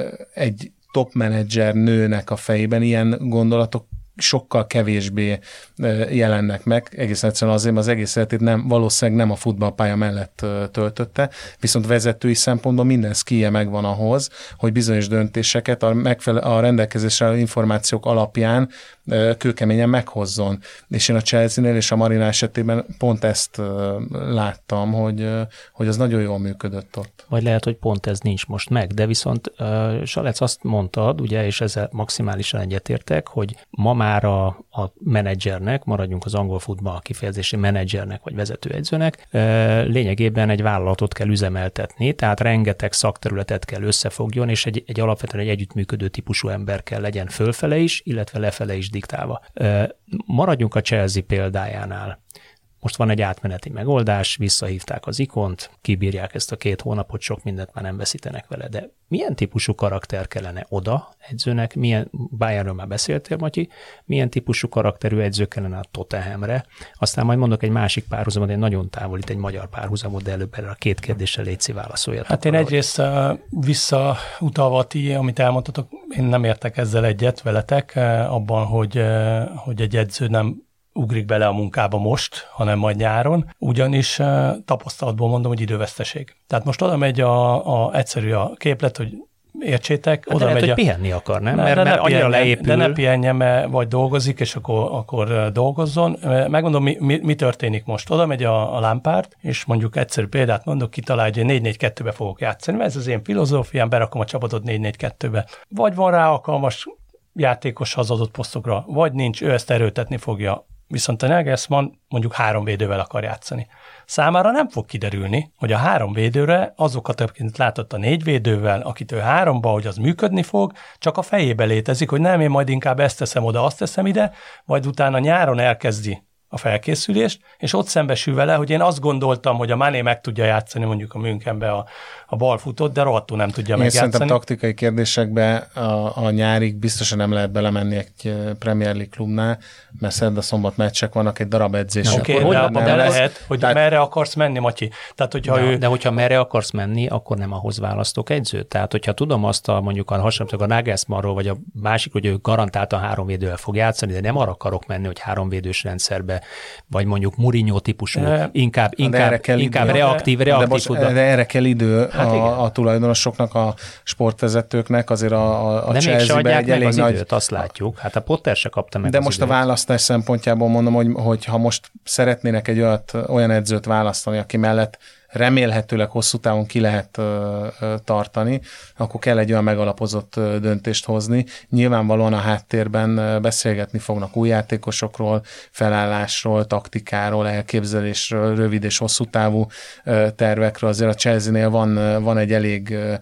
egy top menedzser nőnek a fejében ilyen gondolatok sokkal kevésbé jelennek meg, egészen egyszerűen azért, az egész életét nem, valószínűleg nem a futballpálya mellett töltötte, viszont vezetői szempontból minden szkije megvan ahhoz, hogy bizonyos döntéseket a, megfele- a rendelkezésre álló információk alapján kőkeményen meghozzon. És én a Chelsea-nél és a Marina esetében pont ezt láttam, hogy, hogy az nagyon jól működött ott. Vagy lehet, hogy pont ez nincs most meg, de viszont uh, Salec azt mondtad, ugye, és ezzel maximálisan egyetértek, hogy ma már a, a menedzsernek, maradjunk az angol futball kifejezési menedzsernek vagy vezetőedzőnek, uh, lényegében egy vállalatot kell üzemeltetni, tehát rengeteg szakterületet kell összefogjon, és egy, egy alapvetően egy együttműködő típusú ember kell legyen fölfele is, illetve lefele is diktálva. Uh, maradjunk a Chelsea példájánál. Most van egy átmeneti megoldás, visszahívták az ikont, kibírják ezt a két hónapot, sok mindent már nem veszítenek vele, de milyen típusú karakter kellene oda edzőnek, milyen, Bayernről már beszéltél, Matyi, milyen típusú karakterű edző kellene a Tottenhamre, aztán majd mondok egy másik párhuzamot, egy nagyon távolít, egy magyar párhuzamot, de előbb erre a két kérdéssel légy szív, válaszoljatok. Hát én egyrészt uh, visszautalva ti, amit elmondtatok, én nem értek ezzel egyet veletek, uh, abban, hogy, uh, hogy egy edző nem ugrik bele a munkába most, hanem majd nyáron, ugyanis uh, tapasztalatból mondom, hogy időveszteség. Tehát most oda megy a, a egyszerű a képlet, hogy értsétek, hát oda lehet, megy hogy a... pihenni akar, nem? Ne, mert, de mert ne annyira pihenjen, leépül. De ne pihenjen, mert vagy dolgozik, és akkor, akkor dolgozzon. Megmondom, mi, mi, mi történik most. Oda megy a, a Lampard, és mondjuk egyszerű példát mondok, kitalálja, hogy négy négy kettőbe fogok játszani, mert ez az én filozófiám, berakom a csapatot négy négy kettőbe. Vagy van rá alkalmas játékos az adott posztokra, vagy nincs, ő ezt erőltetni fogja. Viszont a Nagelsmann mondjuk három védővel akar játszani. Számára nem fog kiderülni, hogy a három védőre azokat, akiket látott a négy védővel, akit ő háromba, hogy az működni fog, csak a fejébe létezik, hogy nem, én majd inkább ezt teszem oda, azt teszem ide, majd utána nyáron elkezdi a felkészülést, és ott szembesül vele, hogy én azt gondoltam, hogy a Mané meg tudja játszani mondjuk a Münchenbe a, a balfutót, de rohadtul nem tudja én megjátszani. Én szerintem taktikai kérdésekbe a, a nyárig biztosan nem lehet belemenni egy Premier League klubnál, mert szerda-szombat meccsek vannak, egy darab edzés. Oké, okay, de, de, de lehet, hogy tehát... merre akarsz menni, Matyi? Tehát, hogyha de, ő... de hogyha merre akarsz menni, akkor nem ahhoz választok edzőt. Tehát, hogyha tudom azt a mondjuk a hasonlóan a Nagelsmannról, vagy a másik, hogy ő garantáltan három védővel fog játszani, de nem arra akarok menni, hogy három védős rendszerbe, vagy mondjuk Mourinho típusú, de, inkább, inkább, inkább reaktív, de, reaktív de, most, futball. De erre kell idő hát a, a tulajdonosoknak, a sportvezetőknek, azért a, a, a Chelsea-be egy elég az nagy... időt, azt látjuk. Hát a Potter se kapta meg De az most időt. A választás szempontjából mondom, hogy, hogy ha most szeretnének egy olyat, olyan edzőt választani, aki mellett remélhetőleg hosszú távon ki lehet ö, ö, tartani, akkor kell egy olyan megalapozott ö, döntést hozni. Nyilvánvalóan a háttérben ö, beszélgetni fognak új játékosokról, felállásról, taktikáról, elképzelésről, rövid és hosszú távú ö, tervekről. Azért a Chelsea-nél van, ö, van egy elég ö,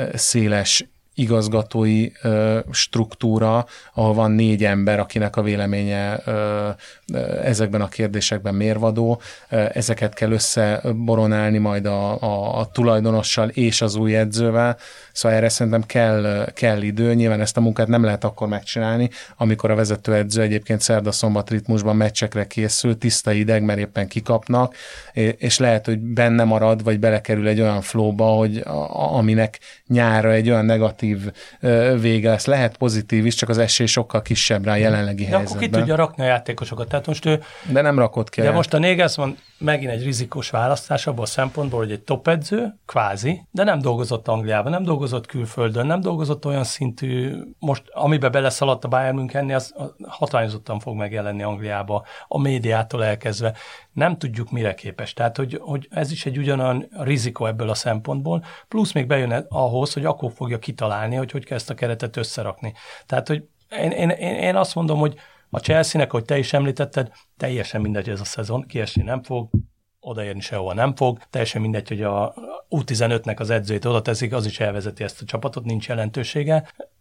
széles igazgatói ö, struktúra, ahol van négy ember, akinek a véleménye ö, ö, ezekben a kérdésekben mérvadó. Ö, ezeket kell összeboronálni majd a, a, a tulajdonossal és az új edzővel. Szóval erre szerintem kell, kell idő. Nyilván ezt a munkát nem lehet akkor megcsinálni, amikor a vezetőedző egyébként szerda-szombat ritmusban meccsekre készül, tiszta ideg, mert éppen kikapnak, és lehet, hogy benne marad, vagy belekerül egy olyan flowba, hogy a, aminek nyára egy olyan negatív vége lesz. Lehet pozitív is, csak az esély sokkal kisebb rá a jelenlegi de helyzetben. Akkor ki tudja rakni a játékosokat. Tehát most ő, de nem rakott ki. De most a Nagelsmann megint egy rizikós választás abból a szempontból, hogy egy top edző, kvázi, de nem dolgozott Angliában, nem dolgozott külföldön, nem dolgozott olyan szintű, most amiben beleszaladt a Bayern Münchennél, az hatványozottan fog megjelenni Angliába, a médiától elkezdve. Nem tudjuk, mire képes. Tehát, hogy, hogy ez is egy ugyanolyan rizikó ebből a szempontból, plusz még bejön ahhoz, hogy akkor fogja kitalálni, hogy hogy kell ezt a keretet összerakni. Tehát, hogy én, én, én azt mondom, hogy a Chelsea-nek, hogy te is említetted, teljesen mindegy ez a szezon, kiesni nem fog, odaérni sehova nem fog, teljesen mindegy, hogy a U tizenötnek az edzőjét oda teszik, az is elvezeti ezt a csapatot, nincs jelentősége,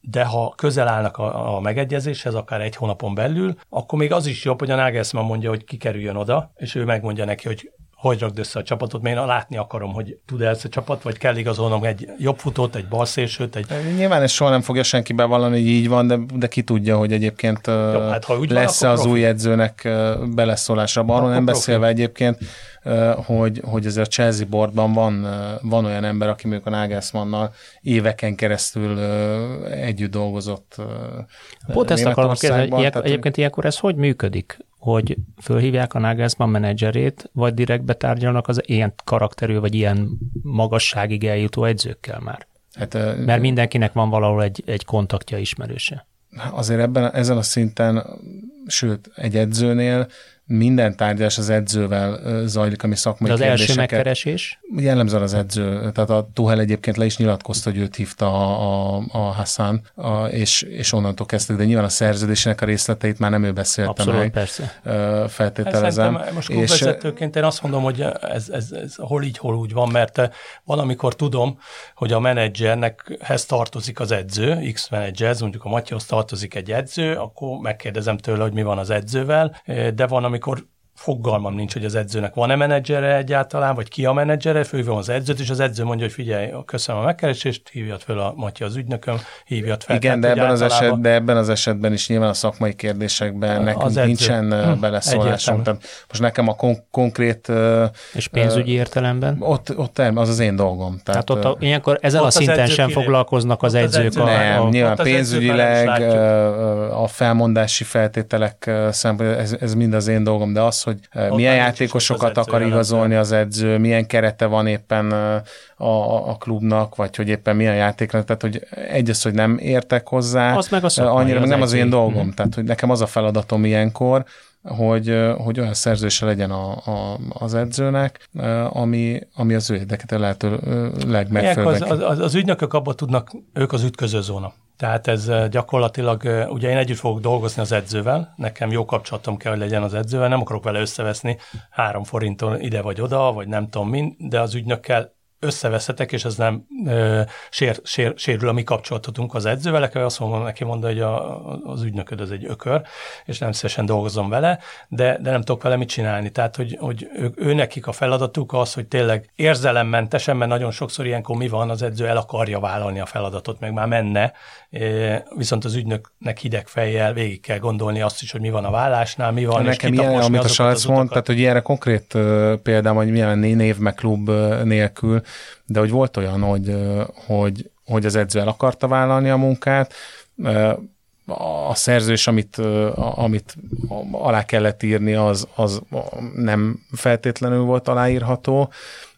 de ha közel állnak a, a megegyezéshez, akár egy hónapon belül, akkor még az is jobb, hogy a Nagelsmann mondja, hogy kikerüljön oda, és ő megmondja neki, hogy hogy rakd össze a csapatot, mert én látni akarom, hogy tud ez a csapat, vagy kell igazolnom egy jobb futót, egy balszélsőt. Egy... Nyilván ez soha nem fogja senki bevallani, hogy így van, de, de ki tudja, hogy egyébként Jó, hát, lesz van, az profi. Új edzőnek beleszólása. Arról nem beszélve profi. Egyébként, hogy, hogy azért a Chelsea boardban van, van olyan ember, aki mondjuk a Nagelsmannnal éveken keresztül együtt dolgozott. Pont ezt akarom kérdezni, hogy tehát, egyébként ilyenkor ez hogy működik? Hogy fölhívják a Nagelsmann menedzserét, vagy direkt betárgyalnak az ilyen karakterű, vagy ilyen magasságig eljutó edzőkkel már? Hát, Mert mindenkinek van valahol egy, egy kontaktja, ismerőse. Azért ebben, ezen a szinten, sőt, egy edzőnél minden tárgyalás az edzővel zajlik, ami szakmai kérdéseket. De az kérdéseket. első megkeresés? Jellemzően az edző, tehát a Tuchel egyébként le is nyilatkozta, hogy őt hívta a, a, a Hassan, a, és, és onnantól kezdtek, de nyilván a szerződésének a részleteit már nem ő beszélte Abszolút, meg. Persze. Feltételezem. Szerintem most klubvezetőként én azt mondom, hogy ez, ez, ez hol így, hol úgy van, mert valamikor tudom, hogy a menedzsernekhez tartozik az edző, X menedzser, mondjuk a Matyihoz tartozik egy edző, akkor megkérdezem tőle, hogy mi van az edzővel, de van, amikor fogalmam nincs, hogy az edzőnek van-e menedzsere egyáltalán, vagy ki a menedzsere, fölhívom az edzőt, és az edző mondja, hogy figyelj, köszönöm a megkeresést, hívjad fel a Matyi az ügynököm, hívjad fel. Igen, de ebben, az eset, de ebben az esetben is nyilván a szakmai kérdésekben nekünk nincsen hm, beleszólásunk. Most nekem a kon- konkrét... És pénzügyi uh, értelemben? Ott, ott az az én dolgom. Tehát, tehát ott a, ilyenkor ezen a szinten sem kiré... foglalkoznak az edzők. Az edző, a, nem, a, nyilván pénzügyileg, a felmondási feltételek szempontjából, ez, ez mind az én dolgom, de az, hogy ott milyen játékosokat akar igazolni az edző, milyen kerete van éppen a, a klubnak, vagy hogy éppen milyen játéknak, tehát hogy egy az, hogy nem értek hozzá, az meg a szakmai, annyira, az nem az én dolgom, hmm. tehát hogy nekem az a feladatom ilyenkor, hogy, hogy olyan szerződése legyen a, a, az edzőnek, ami, ami az ő érdeket a lehető legmegfelelőbb. Az, az, az ügynökök abban tudnak, ők az ütköző zóna. Tehát ez gyakorlatilag, ugye én együtt fogok dolgozni az edzővel, nekem jó kapcsolatom kell, hogy legyen az edzővel, nem akarok vele összeveszni három forinton ide vagy oda, vagy nem tudom mind, de az ügynökkel összeveszhetek, és ez nem ö, sér, sér, sérül a mi kapcsolatunk az edzővel, akkor azt mondom neki mondani, hogy a, az ügynököd az egy ökör, és nem szívesen dolgozom vele, de, de nem tudok vele mit csinálni. Tehát, hogy, hogy ő, ő nekik a feladatuk az, hogy tényleg érzelemmentesen, mert nagyon sokszor ilyenkor mi van, az edző el akarja vállalni a feladatot, meg már menne, viszont az ügynöknek hideg fejjel végig kell gondolni azt is, hogy mi van a vállásnál, mi van, nekem és ilyen, amit a Salc mond, tehát hogy ilyenre konkrét uh, példám, hogy milyen név meg klub uh, nélkül, de hogy volt olyan, hogy, uh, hogy, hogy az edző el akarta vállalni a munkát, uh, a szerződés, amit, uh, amit alá kellett írni, az, az nem feltétlenül volt aláírható,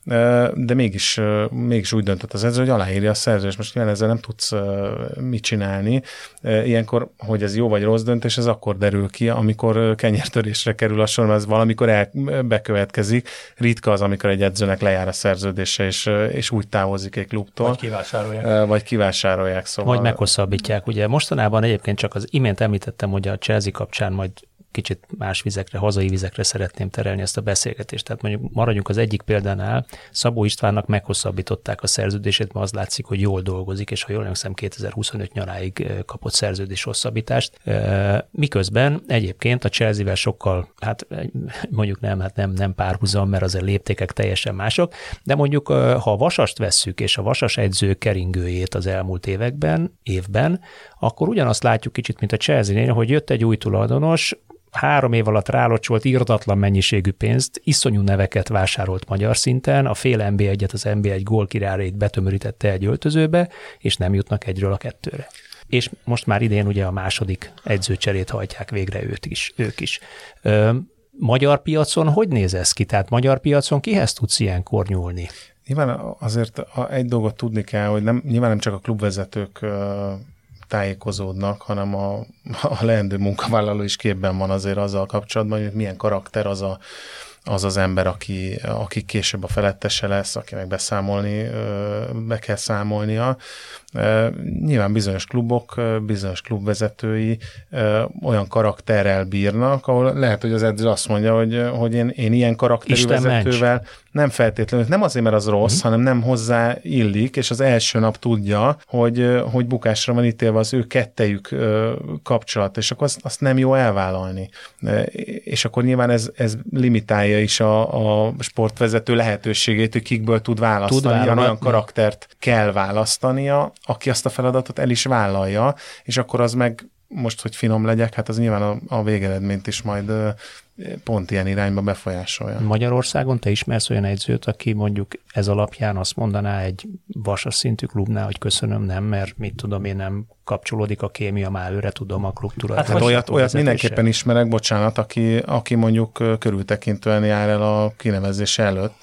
de mégis, mégis úgy döntött az edző, hogy aláírja a szerződést. Most nyilván ezzel nem tudsz mit csinálni. Ilyenkor, hogy ez jó vagy rossz döntés, ez akkor derül ki, amikor kenyértörésre kerül a sor, mert ez valamikor el, bekövetkezik. Ritka az, amikor egy edzőnek lejár a szerződése, és, és úgy távozik egy klubtól. Vagy kivásárolják. Vagy kivásárolják. Szóval... Vagy meghosszabbítják. Ugye mostanában egyébként csak az imént említettem, hogy a Chelsea kapcsán majd kicsit más vizekre, hazai vizekre szeretném terelni ezt a beszélgetést. Tehát mondjuk maradjunk az egyik példánál, Szabó Istvánnak meghosszabbították a szerződését, mert az látszik, hogy jól dolgozik, és ha jól emlékszem, kétezer-huszonöt nyaráig kapott szerződés hosszabbítást. Miközben egyébként a Chelsea-vel sokkal, hát mondjuk nem, hát nem, nem párhuzam, mert azért léptékek teljesen mások, de mondjuk ha a Vasast vesszük, és a Vasas edző keringőjét az elmúlt években, évben, akkor ugyanazt látjuk kicsit, mint a Chelsea-nél, hogy jött egy új tulajdonos, három év alatt rálocsolt irdatlan mennyiségű pénzt, iszonyú neveket vásárolt magyar szinten, a fél en bé egyet, az en bé egy gólkirálét betömörítette egy öltözőbe, és nem jutnak egyről a kettőre. És most már idén ugye a második edzőcserét hajtják végre őt is, ők is. Ö, magyar piacon hogy néz ez ki? Tehát magyar piacon kihez tudsz ilyenkor nyúlni? Nyilván azért egy dolgot tudni kell, hogy nem, nyilván nem csak a klubvezetők tájékozódnak, hanem a, a leendő munkavállaló is képben van azért azzal kapcsolatban, hogy milyen karakter az a, az az ember, aki, aki később a felettese lesz, akinek beszámolni, be kell számolnia. Nyilván bizonyos klubok, bizonyos klubvezetői olyan karakterrel bírnak, ahol lehet, hogy az edző azt mondja, hogy, hogy én, én ilyen karakterű Isten vezetővel mencs. Nem feltétlenül, nem azért, mert az rossz, uh-huh. hanem nem hozzá illik, és az első nap tudja, hogy, hogy bukásra van ítélve az ő kettejük kapcsolat, és akkor azt, azt nem jó elvállalni. És akkor nyilván ez, ez limitálja is a, a sportvezető lehetőségét, hogy kikből tud választani, tud olyan karaktert kell választania, aki azt a feladatot el is vállalja, és akkor az meg, most, hogy finom legyek, hát az nyilván a, a végeredményt is majd pont ilyen irányba befolyásolja. Magyarországon te ismersz olyan edzőt, aki mondjuk ez alapján azt mondaná egy vasas szintű klubnál, hogy köszönöm, nem, mert mit tudom én, nem kapcsolódik a kémia, már előre tudom a klub tulajdonát. Hát, hát olyat, olyat mindenképpen ismerek, bocsánat, aki, aki mondjuk körültekintően jár el a kinevezés előtt,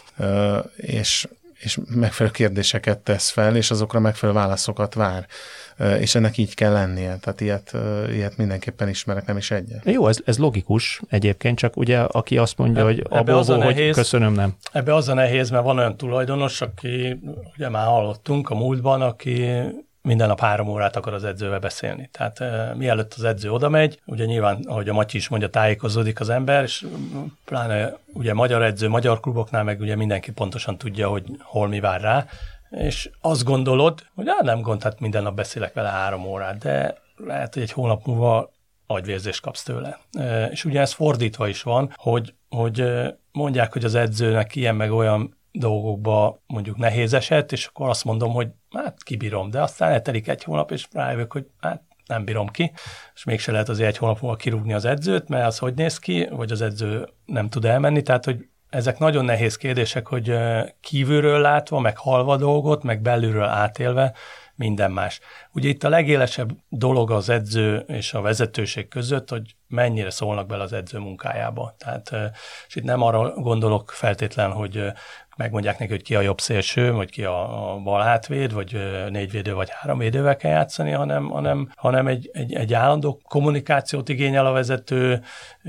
és és megfelelő kérdéseket tesz fel, és azokra megfelelő válaszokat vár. És ennek így kell lennie. Tehát ilyet, ilyet mindenképpen ismerek, nem is egyet. Jó, ez, ez logikus egyébként, csak ugye aki azt mondja, hogy abból, hogy nehéz, köszönöm, nem. Ebbe az a nehéz, mert van olyan tulajdonos, aki, ugye már hallottunk a múltban, aki minden nap három órát akar az edzővel beszélni. Tehát e, mielőtt az edző oda megy, ugye nyilván, ahogy a Matyi is mondja, tájékozódik az ember, és pláne ugye magyar edző, magyar kluboknál meg ugye mindenki pontosan tudja, hogy hol mi vár rá, és azt gondolod, hogy á, nem gond, hát minden nap beszélek vele három órát, de lehet, hogy egy hónap múlva agyvérzést kapsz tőle. E, és ugye ez fordítva is van, hogy, hogy mondják, hogy az edzőnek ilyen meg olyan dolgokba mondjuk nehéz eset, és akkor azt mondom, hogy hát kibírom, de aztán eltelik egy hónap, és rájövök, hogy hát nem bírom ki, és mégse lehet azért egy hónap múlva kirúgni az edzőt, mert az hogy néz ki, vagy az edző nem tud elmenni, tehát hogy ezek nagyon nehéz kérdések, hogy kívülről látva, meg halva dolgot, meg belülről átélve minden más. Ugye itt a legélesebb dolog az edző és a vezetőség között, hogy mennyire szólnak bele az edző munkájába. Tehát, és itt nem arra gondolok feltétlen, hogy megmondják neki, hogy ki a jobb szélső, vagy ki a, a bal hátvéd, vagy négy védő, vagy három védővel kell játszani, hanem, hanem, hanem egy, egy, egy állandó kommunikációt igényel a vezető,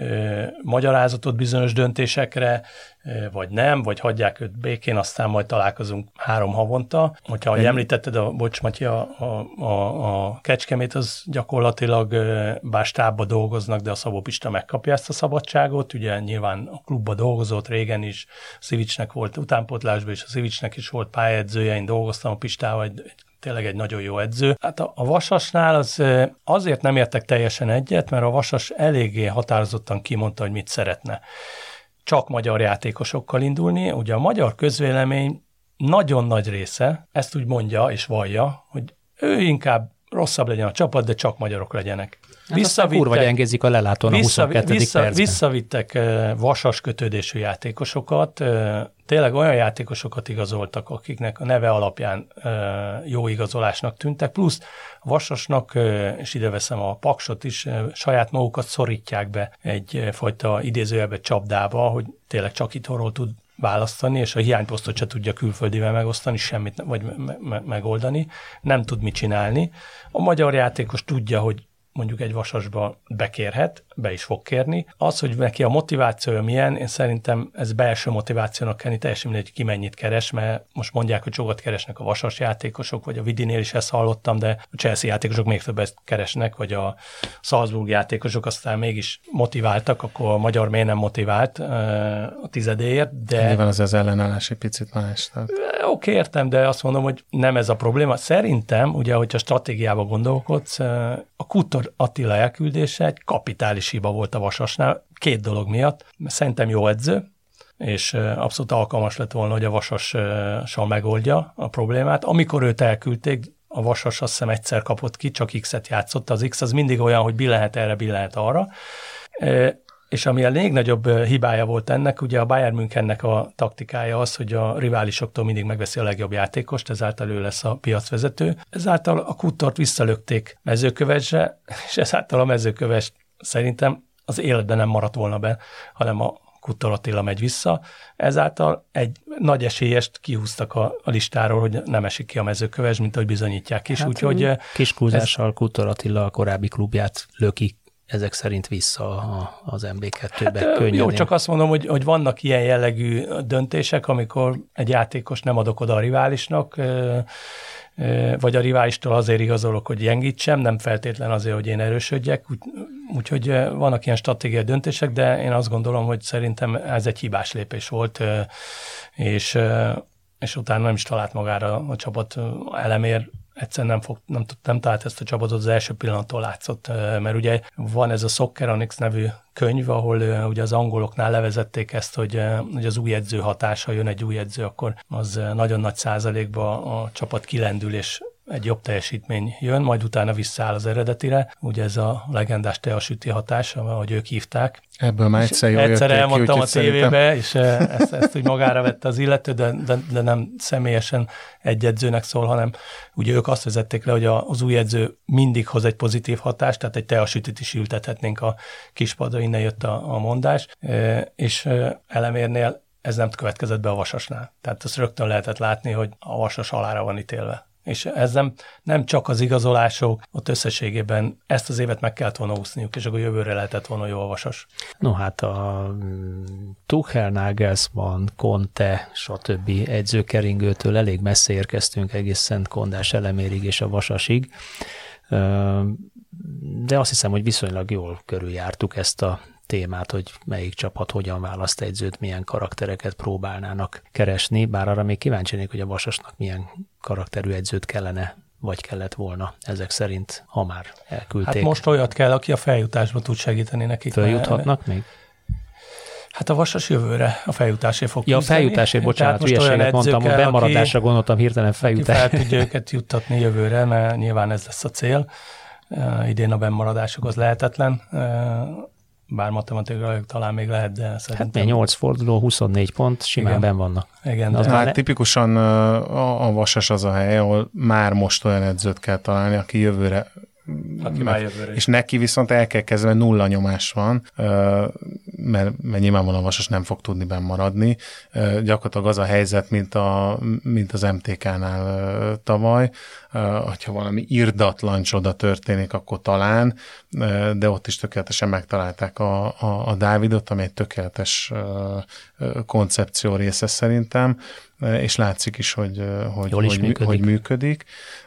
magyarázatot bizonyos döntésekre, vagy nem, vagy hagyják őt békén, aztán majd találkozunk három havonta. Hogyha, ahogy említetted, a, bocs, Matyi, a, a, a, a Kecskemét az gyakorlatilag bár stábba dolgoznak, de a Szabó Pista megkapja ezt a szabadságot. Ugye nyilván a klubba dolgozott régen is, Szivicsnek volt utánpótlásban, és a Szivicsnek is volt pályaedzője, én dolgoztam a Pistával, egy, egy, tényleg egy nagyon jó edző. Hát a, a Vasasnál az azért nem értek teljesen egyet, mert a Vasas eléggé határozottan kimondta, hogy mit szeretne. Csak magyar játékosokkal indulni. Ugye a magyar közvélemény nagyon nagy része ezt úgy mondja és vallja, hogy ő inkább rosszabb legyen a csapat, de csak magyarok legyenek. Hát aztán kurva gyengézik a lelátón a huszonkettő vissza, percben. Visszavittek uh, vasas kötődésű játékosokat, uh, tényleg olyan játékosokat igazoltak, akiknek a neve alapján uh, jó igazolásnak tűntek, plusz a Vasasnak, uh, és ide veszem a Paksot is, uh, saját magukat szorítják be egyfajta idézőjelbe csapdába, hogy tényleg csak itthonról tud választani, és a hiányposztot se tudja külföldivel megosztani, semmit, vagy me- me- megoldani, nem tud mit csinálni. A magyar játékos tudja, hogy mondjuk egy Vasasba bekérhet, be is fog kérni. Az, hogy neki a motivációja milyen, én szerintem ez belső motivációnak kell, teljesen mindegy, ki mennyit keres, mert most mondják, hogy sokat keresnek a Vasas játékosok, vagy a Vidinél is ezt hallottam, de a Chelsea játékosok még többet keresnek, vagy a Salzburg játékosok aztán mégis motiváltak, akkor a magyar miért nem motivált a tizedéért, de... Nyilván az az ellenállás egy picit más. Tehát... Oké, értem, de azt mondom, hogy nem ez a probléma. Szerintem, ugye, hogyha stratégiába gondolkodsz, a Kutor Attila elküldése egy kapitális hiba volt a Vasasnál, két dolog miatt. Szerintem jó edző, és abszolút alkalmas lett volna, hogy a Vasassal megoldja a problémát. Amikor őt elküldték, a Vasas azt hiszem egyszer kapott ki, csak X-et játszott. Az X az mindig olyan, hogy billenhet erre, billenhet arra. És ami a legnagyobb hibája volt ennek, ugye a Bayern Münchennek a taktikája az, hogy a riválisoktól mindig megveszi a legjobb játékost, ezáltal ő lesz a piacvezető. Ezáltal a Kutort visszalökték Mezőkövesre, és ezáltal a Mezőköves szerintem az életben nem maradt volna be, hanem a Kutor Attila megy vissza. Ezáltal egy nagy esélyest kihúztak a, a listáról, hogy nem esik ki a Mezőköves, mint ahogy bizonyítják is. Hát, úgyhogy kis kúzással ez... Kutor Attila a korábbi klubját löki ezek szerint vissza az em bé kettőbe hát, könnyedén. Jó, csak azt mondom, hogy, hogy vannak ilyen jellegű döntések, amikor egy játékos nem adok oda a riválisnak, vagy a riválistól azért igazolok, hogy gyengítsem, nem feltétlen azért, hogy én erősödjek. Úgy, úgyhogy vannak ilyen stratégiai döntések, de én azt gondolom, hogy szerintem ez egy hibás lépés volt, és, és utána nem is talált magára a csapat. Elemér egyszerűen nem, fog, nem, nem talált ezt a csapatot, az első pillanattól látszott, mert ugye van ez a Socceronics nevű könyv, ahol ugye az angoloknál levezették ezt, hogy, hogy az új edző hatása, jön egy új edző, akkor az nagyon nagy százalékban a csapat kilendül, és egy jobb teljesítmény jön, majd utána visszaáll az eredetire. Ugye ez a legendás teasüti hatás, ahogy ők hívták. Ebből már egyszer jól Egyszer elmondtam ki, a tévébe, és ezt, ezt úgy magára vette az illető, de, de, de nem személyesen egy edzőnek szól, hanem ugye ők azt vezették le, hogy az új edző mindig hoz egy pozitív hatást, tehát egy teasütit is ültethetnénk a kispadra, innen jött a, a mondás, és Elemérnél ez nem következett be a Vasasnál. Tehát azt rögtön lehetett látni, hogy a Vasas alára van ítélve. És ez nem, nem csak az igazolások, ott összességében ezt az évet meg kellett volna úszniuk, és akkor jövőre lehetett volna jó a Vasas. No hát a Tuchel, Nagelsmann, Conte, stb. Edzőkeringőtől elég messze érkeztünk egészen Kondás Elemérig és a Vasasig, de azt hiszem, hogy viszonylag jól körüljártuk ezt a témát, hogy melyik csapat hogyan választ egyzőt, milyen karaktereket próbálnának keresni, bár arra még kíváncsi lennék, hogy a Vasasnak milyen karakterű edzőt kellene, vagy kellett volna ezek szerint, ha már elküldték. Hát most olyat kell, aki a feljutásban tud segíteni nekik. Följuthatnak még? Hát a Vasas jövőre a feljutásért fog Ja, a feljutásért, bocsánat, hülyeséget mondtam, a bemaradásra gondoltam, hirtelen feljutás. Fel tudja őket juttatni jövőre, mert nyilván ez lesz a cél. Uh, idén a bemaradások az lehetetlen. Uh, bár matematikailag talán még lehet, de szerintem... Hát nyolc forduló, huszonnégy pont, simán igen. benn vannak. Igen, de... de... Hát ne... tipikusan a, a Vasas az a hely, ahol már most olyan edzőt kell találni, aki jövőre Aki már jövőre. És neki viszont el kell kezdve nulla nyomás van, mert, mert nyilvánvalóan a Vasas nem fog tudni benn maradni. Gyakorlatilag az a helyzet, mint, a, mint az em té ká-nál tavaly, hogyha valami irdatlan csoda történik, akkor talán, de ott is tökéletesen megtalálták a, a, a Dávidot, ami egy tökéletes koncepció része szerintem, és látszik is, hogy, hogy, hogy, működik. hogy működik.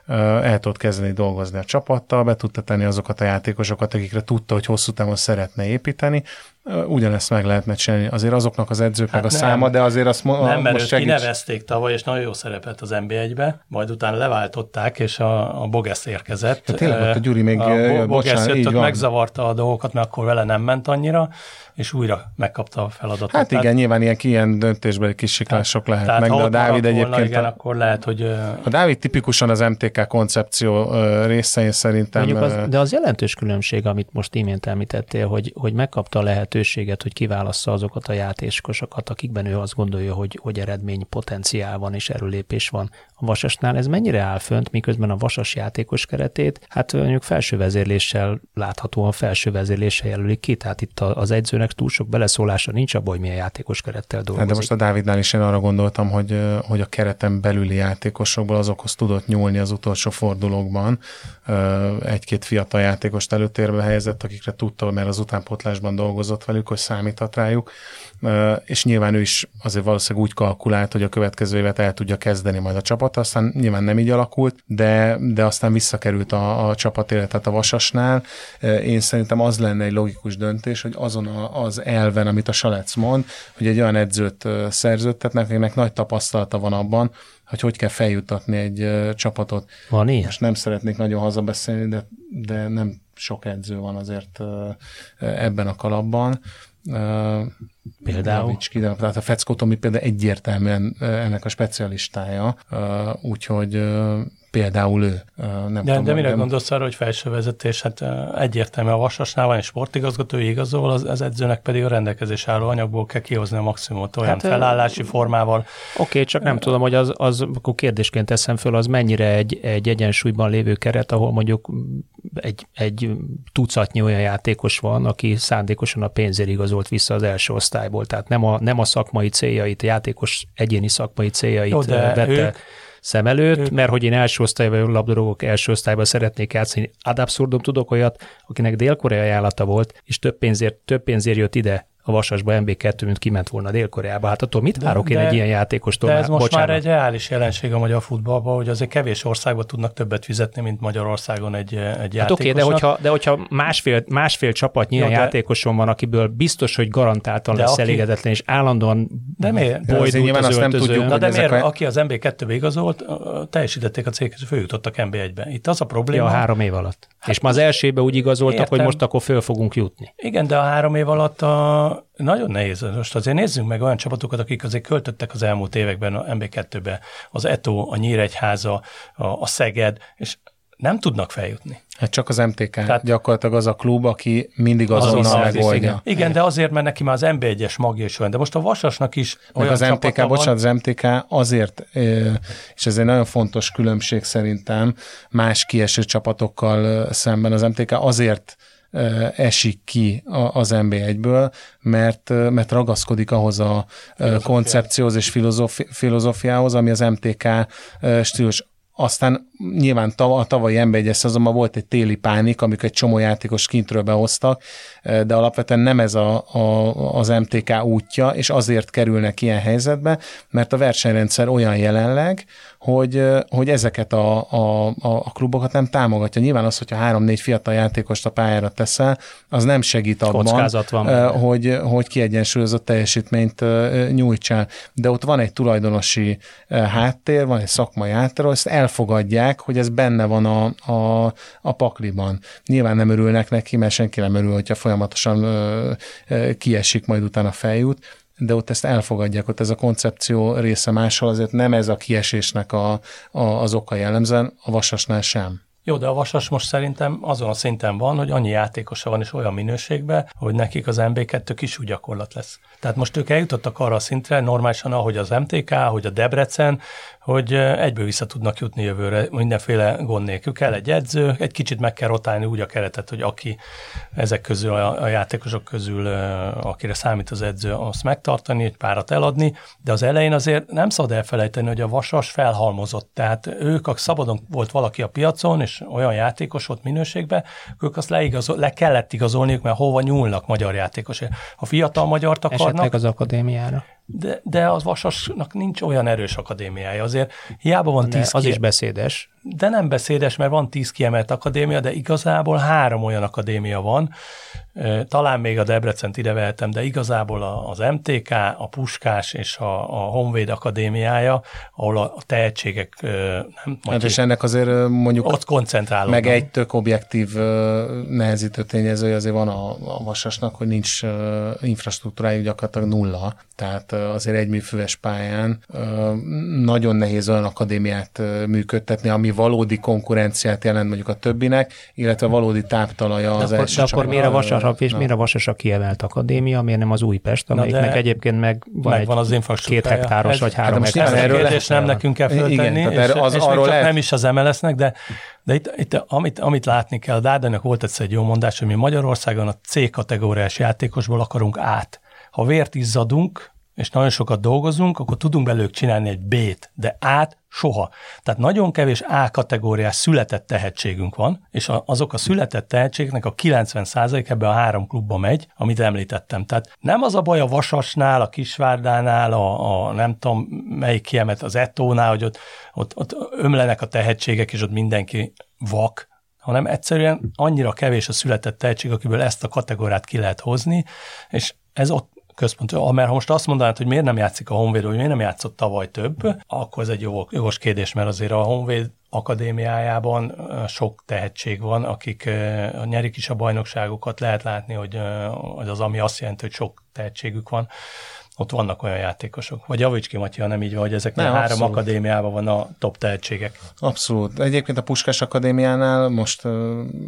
El tudott kezdeni dolgozni a csapattal, be tudta tenni azokat a játékosokat, akikre tudta, hogy hosszú távon szeretne építeni. Ugyanezt meg lehetne csinálni. Azért azoknak az edzőknek hát a nem, száma, de azért azt mo- nem, mert most segíts... kinevezték tavaly, és nagyon jó szerepet az en bé egybe, majd utána leváltották, és a, a Bogesz érkezett. Hát tényleg ott a Gyuri még... A Bogesz jött, ott megzavarta a dolgokat, mert akkor vele nem ment annyira, és újra megkapta a feladatot. Hát igen, tehát, nyilván ilyen, ilyen döntésbeli kis siklások tehát, lehetnek, tehát, de a Dávid egyébként... Volna, igen, a, akkor lehet, hogy... A Dávid tipikusan az em té ká koncepció része, én szerintem... Az, de az jelentős különbség, amit most imént említettél, hogy, hogy megkapta a lehetőséget, hogy kiválassza azokat a játékosokat, akikben ő azt gondolja, hogy, hogy eredmény potenciál van és erőlépés van. A Vasasnál ez mennyire áll fönt, miközben a Vasas játékos keretét, hát mondjuk felső vezérléssel, láthatóan felső vezérléssel jelölik ki, tehát itt az edzőnek túl sok beleszólása nincs abban, hogy milyen játékos kerettel dolgozik. De most a Dávidnál is én arra gondoltam, hogy, hogy a kereten belüli játékosokból azokhoz tudott nyúlni az utolsó fordulókban. Egy-két fiatal játékost előtérbe helyezett, akikre tudta, mert az utánpótlásban dolgozott velük, hogy számíthat rájuk, és nyilván ő is azért valószínűleg úgy kalkulált, hogy a következő évet el tudja kezdeni majd a csapat, aztán nyilván nem így alakult, de, de aztán visszakerült a, a csapat élet, tehát a Vasasnál. Én szerintem az lenne egy logikus döntés, hogy azon a, az elven, amit a Salec mond, hogy egy olyan edzőt szerződtetnek, akinek nagy tapasztalata van abban, hogy hogy kell feljutatni egy uh, csapatot. Van ilyen? Most nem szeretnék nagyon hazabeszélni, de, de nem sok edző van azért uh, ebben a kalapban. Uh, Például? Ide, tehát a Feckó Tomi például egyértelműen uh, ennek a specialistája, uh, úgyhogy uh, például ő. Uh, nem de tudom, de mire nem... gondolsz arra, hogy felső vezetés? Hát uh, egyértelmű a Vasasnál van egy sportigazgatói igazol, az, az edzőnek pedig a rendelkezés álló anyagból kell kihozni a maximumot olyan hát, felállási formával. Oké, okay, csak nem uh, tudom, hogy az, az akkor kérdésként teszem föl, az mennyire egy, egy egyensúlyban lévő keret, ahol mondjuk egy, egy tucatnyi olyan játékos van, aki szándékosan a pénzért igazolt vissza az első osztályból, tehát nem a, nem a szakmai céljait, a játékos egyéni szakmai céljait Jó, de vette. Ők, szem előtt, mert hogy én első osztályban labdarúgók első osztályban szeretnék játszani. Ad abszurdum tudok olyat, akinek Dél-Korea ajánlata volt, és több pénzért, több pénzért jött ide a Vasasba em bé kettő, mint kiment volna Dél-Koreába. Hát attól mit várok de, én egy ilyen játékostól? De ez most Bocsánat. már egy reális jelenség a magyar futballban, hogy azért kevés országban tudnak többet fizetni, mint Magyarországon egy, egy hát játékosnak. Oké, de hogyha, de hogyha másfél, másfél csapatnyi ja, játékoson van, akiből biztos, hogy garantáltan lesz aki... elégedetlen, és állandóan de miért? De azért nyilván azt nem tudjuk, Na de miért, a... aki az em bé kettőbe igazolt, teljesítették a céghez, följutottak em bé egybe. Itt az a probléma. Ja, a három év alatt. Hát és ma az első évben úgy igazoltak, értem. Hogy most akkor föl fogunk jutni. Igen, de a három év alatt a... nagyon nehéz. Most azért nézzünk meg olyan csapatokat, akik azért költöttek az elmúlt években a em bé kettőbe, az Eto, a Nyíregyháza, a, a Szeged, és nem tudnak feljutni. Hát csak az em té ká Tehát gyakorlatilag az a klub, aki mindig azonnal megoldja. Igen. igen, de azért, mert neki már az em bé egyes magja is olyan. De most a Vasasnak is meg olyan az em té ká, bocsánat, az em té ká azért, és ez egy nagyon fontos különbség szerintem más kieső csapatokkal szemben, az em té ká azért esik ki az em bé egyből, mert, mert ragaszkodik ahhoz a koncepcióhoz és filozófi, filozófiához, ami az em té ká stílus. Aztán nyilván a tavalyi em bé egyes szezonban volt egy téli pánik, amikor egy csomó játékos kintről behoztak, de alapvetően nem ez a, a, az em té ká útja, és azért kerülnek ilyen helyzetbe, mert a versenyrendszer olyan jelenleg, hogy, hogy ezeket a, a, a klubokat nem támogatja. Nyilván az, hogyha három-négy fiatal játékost a pályára teszel, az nem segít abban, van, hogy, hogy kiegyensúlyozott teljesítményt nyújtsál. De ott van egy tulajdonosi háttér, van egy szakmai háttér, ezt elfogadják, hogy ez benne van a, a, a pakliban. Nyilván nem örülnek neki, mert senki nem örül, hogyha folyamatosan ö, ö, kiesik, majd utána feljut, de ott ezt elfogadják, ott ez a koncepció része máshol, azért nem ez a kiesésnek a, a, az oka jellemzően, a Vasasnál sem. Jó, de a Vasas most szerintem azon a szinten van, hogy annyi játékosa van és olyan minőségben, hogy nekik az em bé kettő kis új gyakorlat lesz. Tehát most ők eljutottak arra a szintre, normálisan, ahogy az em té ká, ahogy a Debrecen, hogy egyből vissza tudnak jutni jövőre, mindenféle gond nélkül. Kell egy edző, egy kicsit meg kell rotálni úgy a keretet, hogy aki ezek közül, a, a játékosok közül, akire számít az edző, azt megtartani, egy párat eladni, de az elején azért nem szabad elfelejteni, hogy a Vasas felhalmozott. Tehát ők, a szabadon volt valaki a piacon, és olyan játékos volt minőségben, ők azt leigazol, le kellett igazolniuk, mert hova nyúlnak magyar játékosért. Ha fiatal magyart akarnak... Esetleg az akadémiára. De, de az Vasasnak nincs olyan erős akadémiája. Azért hiába van tíz... Az ki... is beszédes. De nem beszédes, mert van tíz kiemelt akadémia, de igazából három olyan akadémia van. Talán még a Debrecent ide vehetem, de igazából az em té ká, a Puskás és a, a Honvéd akadémiája, ahol a, a tehetségek nem... Hát és ennek azért mondjuk... Ott koncentrálódnak. Meg egy tök objektív nehezítő tényezője azért van a, a Vasasnak, hogy nincs infrastruktúrájuk gyakorlatilag nulla. Tehát azért egy műfüves pályán nagyon nehéz olyan akadémiát működtetni, ami valódi konkurenciát jelent mondjuk a többinek, illetve valódi táptalaja az de első akkor, de akkor miért a Vasas, és miért a Vasas a kiemelt akadémia, miért nem az Újpest, amelyiknek egyébként meg van egy az két hektáros ez, vagy három hát hektáros. Erről kérdés nem nekünk kell föltenni, igen, és, az, és még csak nem is az em el es-nek, de, de itt, itt amit, amit látni kell, a Dárdainak volt egyszer egy jó mondás, hogy mi Magyarországon a C kategóriás játékosból akarunk át. Ha vért izzadunk, és nagyon sokat dolgozunk, akkor tudunk belőlük csinálni egy B-t, de át soha. Tehát nagyon kevés A-kategóriás született tehetségünk van, és azok a született tehetségnek a kilencven százalék ebbe a három klubba megy, amit említettem. Tehát nem az a baj a Vasasnál, a Kisvárdánál, a, a nem tudom melyik kiemelt, az Etónál, hogy ott, ott, ott ömlenek a tehetségek, és ott mindenki vak, hanem egyszerűen annyira kevés a született tehetség, akiből ezt a kategóriát ki lehet hozni, és ez ott központ. Mert ha most azt mondanád, hogy miért nem játszik a Honvéd, vagy miért nem játszott tavaly több, akkor ez egy jogos kérdés, mert azért a Honvéd akadémiájában sok tehetség van, akik nyerik is a bajnokságokat, lehet látni, hogy az ami azt jelenti, hogy sok tehetségük van. Ott vannak olyan játékosok. Vagy javíts ki, Matyi, ha nem így van, hogy ezeknél ne, három abszolút. Akadémiában van a top tehetségek. Abszolút. Egyébként a Puskás Akadémiánál most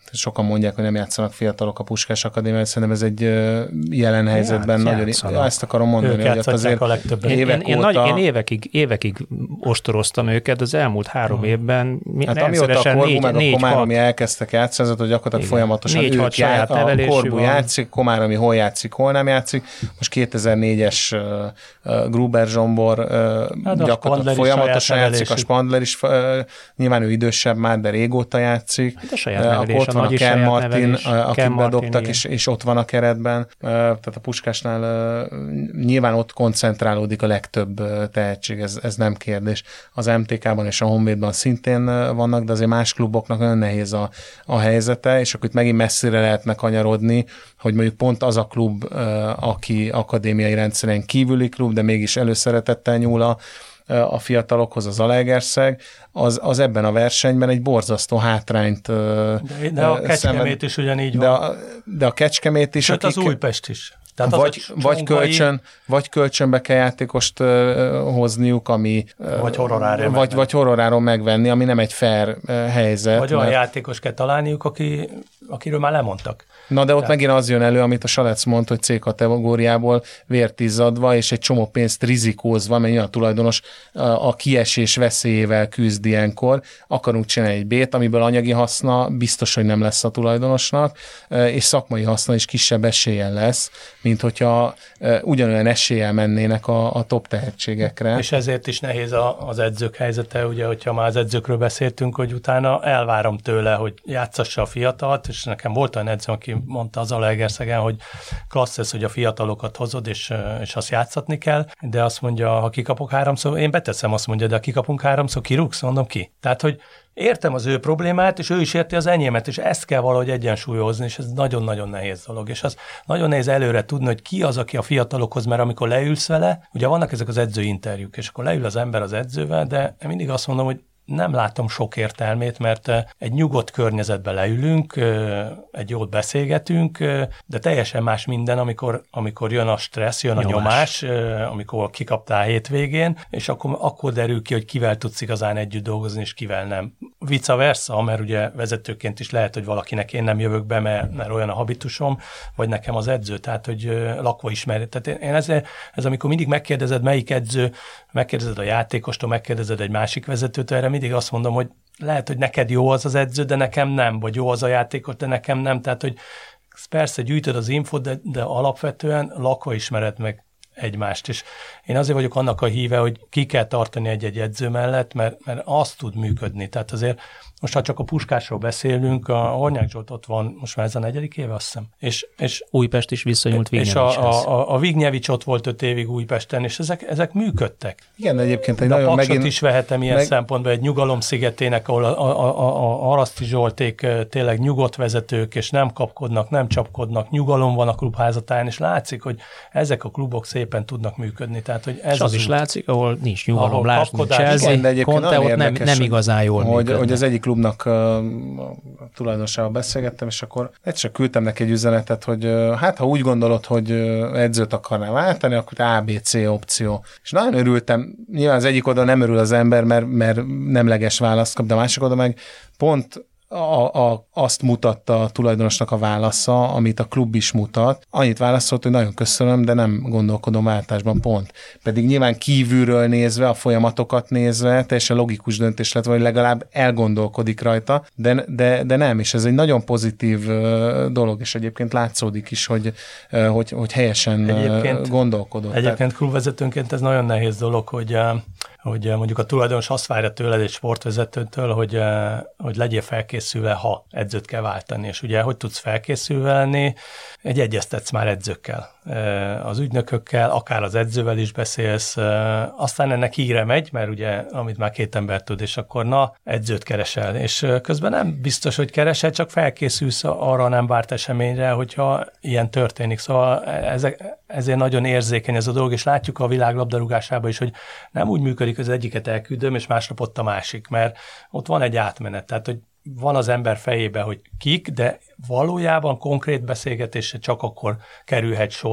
sokan mondják, hogy nem játszanak fiatalok a Puskás Akadémiában, szerintem ez egy jelen helyzetben Játsz, nagyon... játszanak. Ezt akarom mondani, ők hogy ott azért a legtöbbet. évek én, én, óta... nagy, én évekig, évekig ostoroztam őket, az elmúlt három hmm. évben hát amióta a Korbu meg a Komáromi elkezdtek játszani, hogy gyakorlatilag igen. folyamatosan négy, ők já- a Korbu van. játszik, Komáromi hol játszik, hol nem játszik. Most kétezer-négyes uh, uh, Gruber Zsombor uh, hát gyakorlatilag folyamatosan játszik, a Spandler is, uh, nyilván ő idősebb már, de régóta játszik. Hát a saját nevelés, ott van a Ken Martin, akit bedobtak, és, és ott van a keretben. Tehát a Puskásnál nyilván ott koncentrálódik a legtöbb tehetség, ez, ez nem kérdés. Az em té ká-ban és a Honvédban szintén vannak, de azért más kluboknak nagyon nehéz a, a helyzete, és akkor itt megint messzire lehetne kanyarodni, hogy mondjuk pont az a klub, aki akadémiai rendszeren kívüli klub, de mégis előszeretettel nyúl a a fiatalokhoz, az Zalaegerszeg, az, az ebben a versenyben egy borzasztó hátrányt De, de a Kecskemét szemed, is ugyanígy de van. A, de a Kecskemét is... Sőt, akik, az Újpest is. Tehát vagy, vagy, kölcsön, vagy kölcsönbe kell játékost uh, hozniuk, ami... Uh, vagy horroráron vagy, vagy horroráron megvenni, ami nem egy fair uh, helyzet. Vagy olyan mert... játékos kell találniuk, aki, akiről már lemondtak. Na de ott Tehát... megint az jön elő, amit a Salec mondta, hogy C-kategóriából vért izzadva, és egy csomó pénzt rizikózva, mert a tulajdonos a, a kiesés veszélyével küzd ilyenkor. Akarunk csinálni egy B-t, amiből anyagi haszna biztos, hogy nem lesz a tulajdonosnak, és szakmai haszna is kisebb eséllyel lesz, mint hogyha uh, ugyanolyan eséllyel mennének a, a top tehetségekre. És ezért is nehéz a, az edzők helyzete, ugye, hogyha már az edzőkről beszéltünk, hogy utána elvárom tőle, hogy játszassa a fiatalt, és nekem volt olyan edző, aki mondta az Zalaegerszegen, hogy klassz ez, hogy a fiatalokat hozod, és, és azt játszatni kell, de azt mondja, ha kikapok háromszor, én beteszem, azt mondja, de ha kikapunk háromszor, kirúgsz, mondom ki. Tehát, hogy értem az ő problémát, és ő is érti az enyémet, és ezt kell valahogy egyensúlyozni, és ez nagyon-nagyon nehéz dolog. És az nagyon nehéz előre tudni, hogy ki az, aki a fiatalokhoz, mert amikor leülsz vele, ugye vannak ezek az edzőinterjúk, és akkor leül az ember az edzővel, de én mindig azt mondom, hogy nem látom sok értelmét, mert egy nyugodt környezetbe leülünk, egy jót beszélgetünk, de teljesen más minden, amikor, amikor jön a stressz, jön a nyomás, nyomás amikor kikaptál hétvégén, és akkor, akkor derül ki, hogy kivel tudsz igazán együtt dolgozni, és kivel nem. Vice versa, mert ugye vezetőként is lehet, hogy valakinek én nem jövök be, mert, mert olyan a habitusom, vagy nekem az edző, tehát hogy lakva ismeri. Tehát én ez, ez amikor mindig megkérdezed, melyik edző, megkérdezed a játékostól, megkérdezed egy másik vezetőt, erre mindig azt mondom, hogy lehet, hogy neked jó az az edző, de nekem nem, vagy jó az a játékos, de nekem nem. Tehát, hogy persze gyűjtöd az infót, de, de alapvetően lakva ismered meg egymást. És én azért vagyok annak a híve, hogy ki kell tartani egy-egy edző mellett, mert, mert az tud működni. Tehát azért most, ha csak a Puskásról beszélünk, a Hornyák Zsolt ott van, most már ez a negyedik éve, azt hiszem. És, és Újpest is visszanyúlt Vignyevicshez. És a, a, a Vignyevics ott volt öt évig Újpesten, és ezek, ezek működtek. Igen, egyébként egy de nagyon a Paksot megint... is vehetem ilyen meg... szempontból, egy nyugalom szigetének, ahol a, a, a, a Araszti Zsolték tényleg nyugodt vezetők, és nem kapkodnak, nem csapkodnak, nyugalom van a klubházatáján, és látszik, hogy ezek a klubok szépen tudnak működni. Tehát, hogy ez és az, az is látszik, ahol nincs nyugalom, lásd, Chelsea, Conte ott nem, nem igazán jól hogy, működnek. Hogy az egyik klubnak a tulajdonosával beszélgettem, és akkor egyszer küldtem neki egy üzenetet, hogy hát ha úgy gondolod, hogy edzőt akarnál váltani, akkor á bé cé opció. És nagyon örültem, nyilván az egyik oldal nem örül az ember, mert, mert nemleges választ kap, de a másik oldal meg pont A, a, azt mutatta a tulajdonosnak a válasza, amit a klub is mutat. Annyit válaszolt, hogy nagyon köszönöm, de nem gondolkodom váltásban, pont. Pedig nyilván kívülről nézve, a folyamatokat nézve, teljesen logikus döntés lett, vagy legalább elgondolkodik rajta, de, de, de nem, és ez egy nagyon pozitív dolog, és egyébként látszódik is, hogy, hogy, hogy helyesen egyébként, gondolkodott. Egyébként Tehát... klubvezetőnként ez nagyon nehéz dolog, hogy hogy mondjuk a tulajdonos azt várja tőled egy sportvezetőtől, hogy, hogy legyél felkészülve, ha edzőt kell váltani. És ugye, hogy tudsz felkészülve lenni? Egy egyeztetsz már edzőkkel, az ügynökökkel, akár az edzővel is beszélsz, aztán ennek híre megy, mert ugye, amit már két ember tud, és akkor na, edzőt keresel. És közben nem biztos, hogy keresel, csak felkészülsz arra nem várt eseményre, hogyha ilyen történik. Szóval ezek, ezért nagyon érzékeny ez a dolog, és látjuk a világ labdarúgásában is, hogy nem úgy működik, hogy az egyiket elküldöm, és másnap ott a másik, mert ott van egy átmenet, tehát hogy van az ember fejében, hogy kik, de valójában konkrét beszélgetésre csak akkor kerülhet sor,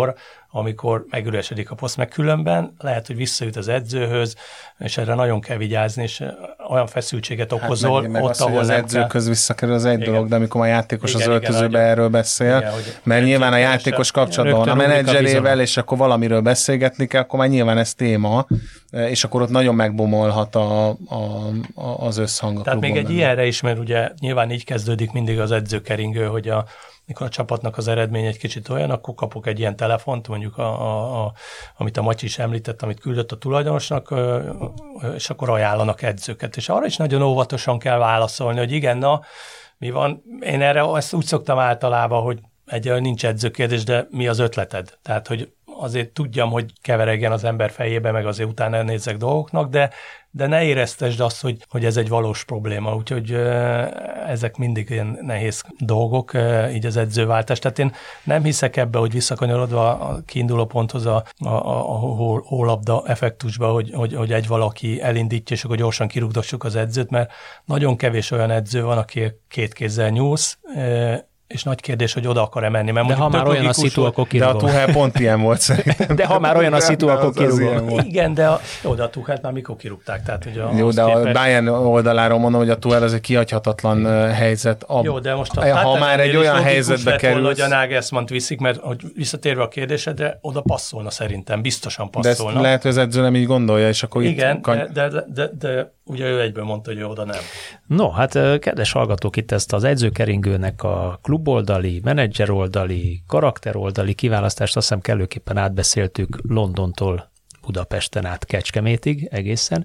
amikor megüresedik a poszt, meg különben lehet, hogy visszajut az edzőhöz, és erre nagyon kell vigyázni, és olyan feszültséget okozol, hát meg, meg ott, az, ahol az nem edzőköz visszakerül, az egy igen. dolog, de amikor a játékos igen, az öltözőbe igen, erről beszél, igen, mert nyilván a játékos kapcsolatban van a menedzserével, és akkor valamiről beszélgetni kell, akkor már nyilván ez téma, és akkor ott nagyon megbomolhat a, a, a, az összhang a Tehát még egy belül. Ilyenre is, mert ugye nyilván így kezdődik mindig az edzőkeringő, hogy a, mikor a csapatnak az eredmény egy kicsit olyan, akkor kapok egy ilyen telefont, mondjuk a, a, a, amit a Matyi is említett, amit küldött a tulajdonosnak, és akkor ajánlanak edzőket. És arra is nagyon óvatosan kell válaszolni, hogy igen, na, mi van? Én erre ezt úgy szoktam általában, hogy egyelőre nincs edzőkérdés, de mi az ötleted? Tehát, hogy azért tudjam, hogy keveregjen az ember fejébe, meg azért utána nézzek dolgoknak, de, de ne éreztesd azt, hogy, hogy ez egy valós probléma. Úgyhogy ezek mindig ilyen nehéz dolgok, így az edzőváltás. Tehát én nem hiszek ebbe, hogy visszakanyarodva a kiinduló ponthoz a, a, a hólabda effektusba, hogy, hogy, hogy egy valaki elindítja, és akkor gyorsan kirugdossuk az edzőt, mert nagyon kevés olyan edző van, aki két kézzel nyúlsz, és nagy kérdés, hogy oda akar-e menni. Mert de ha már olyan a szitu, akkor kirúgom. De a Tuhel pont ilyen volt szerintem. De ha már olyan a szitu, akkor kirúgom. Igen, de a, jó, de a Tuhelt már mikor kirúgták? Tehát, hogy a, jó, de képest... a Bayern oldaláról mondom, hogy a Tuhel az egy kihagyhatatlan helyzet. A, jó, de most a ha már egy olyan helyzetbe kerülsz... hogy a Nagelsmannt viszik, mert hogy visszatérve a kérdésedre, oda passzolna szerintem, biztosan passzolna. De lehet, hogy az edző nem így gondolja, és akkor igen, itt... Igen, de, de, de, de ugye ő egyből mondta, hogy oda nem. No, hát kedves hallgatók, itt ezt az edzőkeringőnek a kluboldali, menedzseroldali, karakteroldali kiválasztást azt hiszem kellőképpen átbeszéltük Londontól Budapesten át Kecskemétig egészen.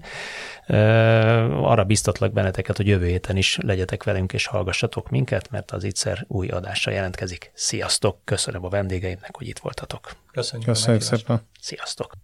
Arra biztatlak benneteket, hogy jövő héten is legyetek velünk és hallgassatok minket, mert az Ittszer új adással jelentkezik. Sziasztok! Köszönöm a vendégeimnek, hogy itt voltatok. Köszönjük, Köszönjük szépen! Sziasztok!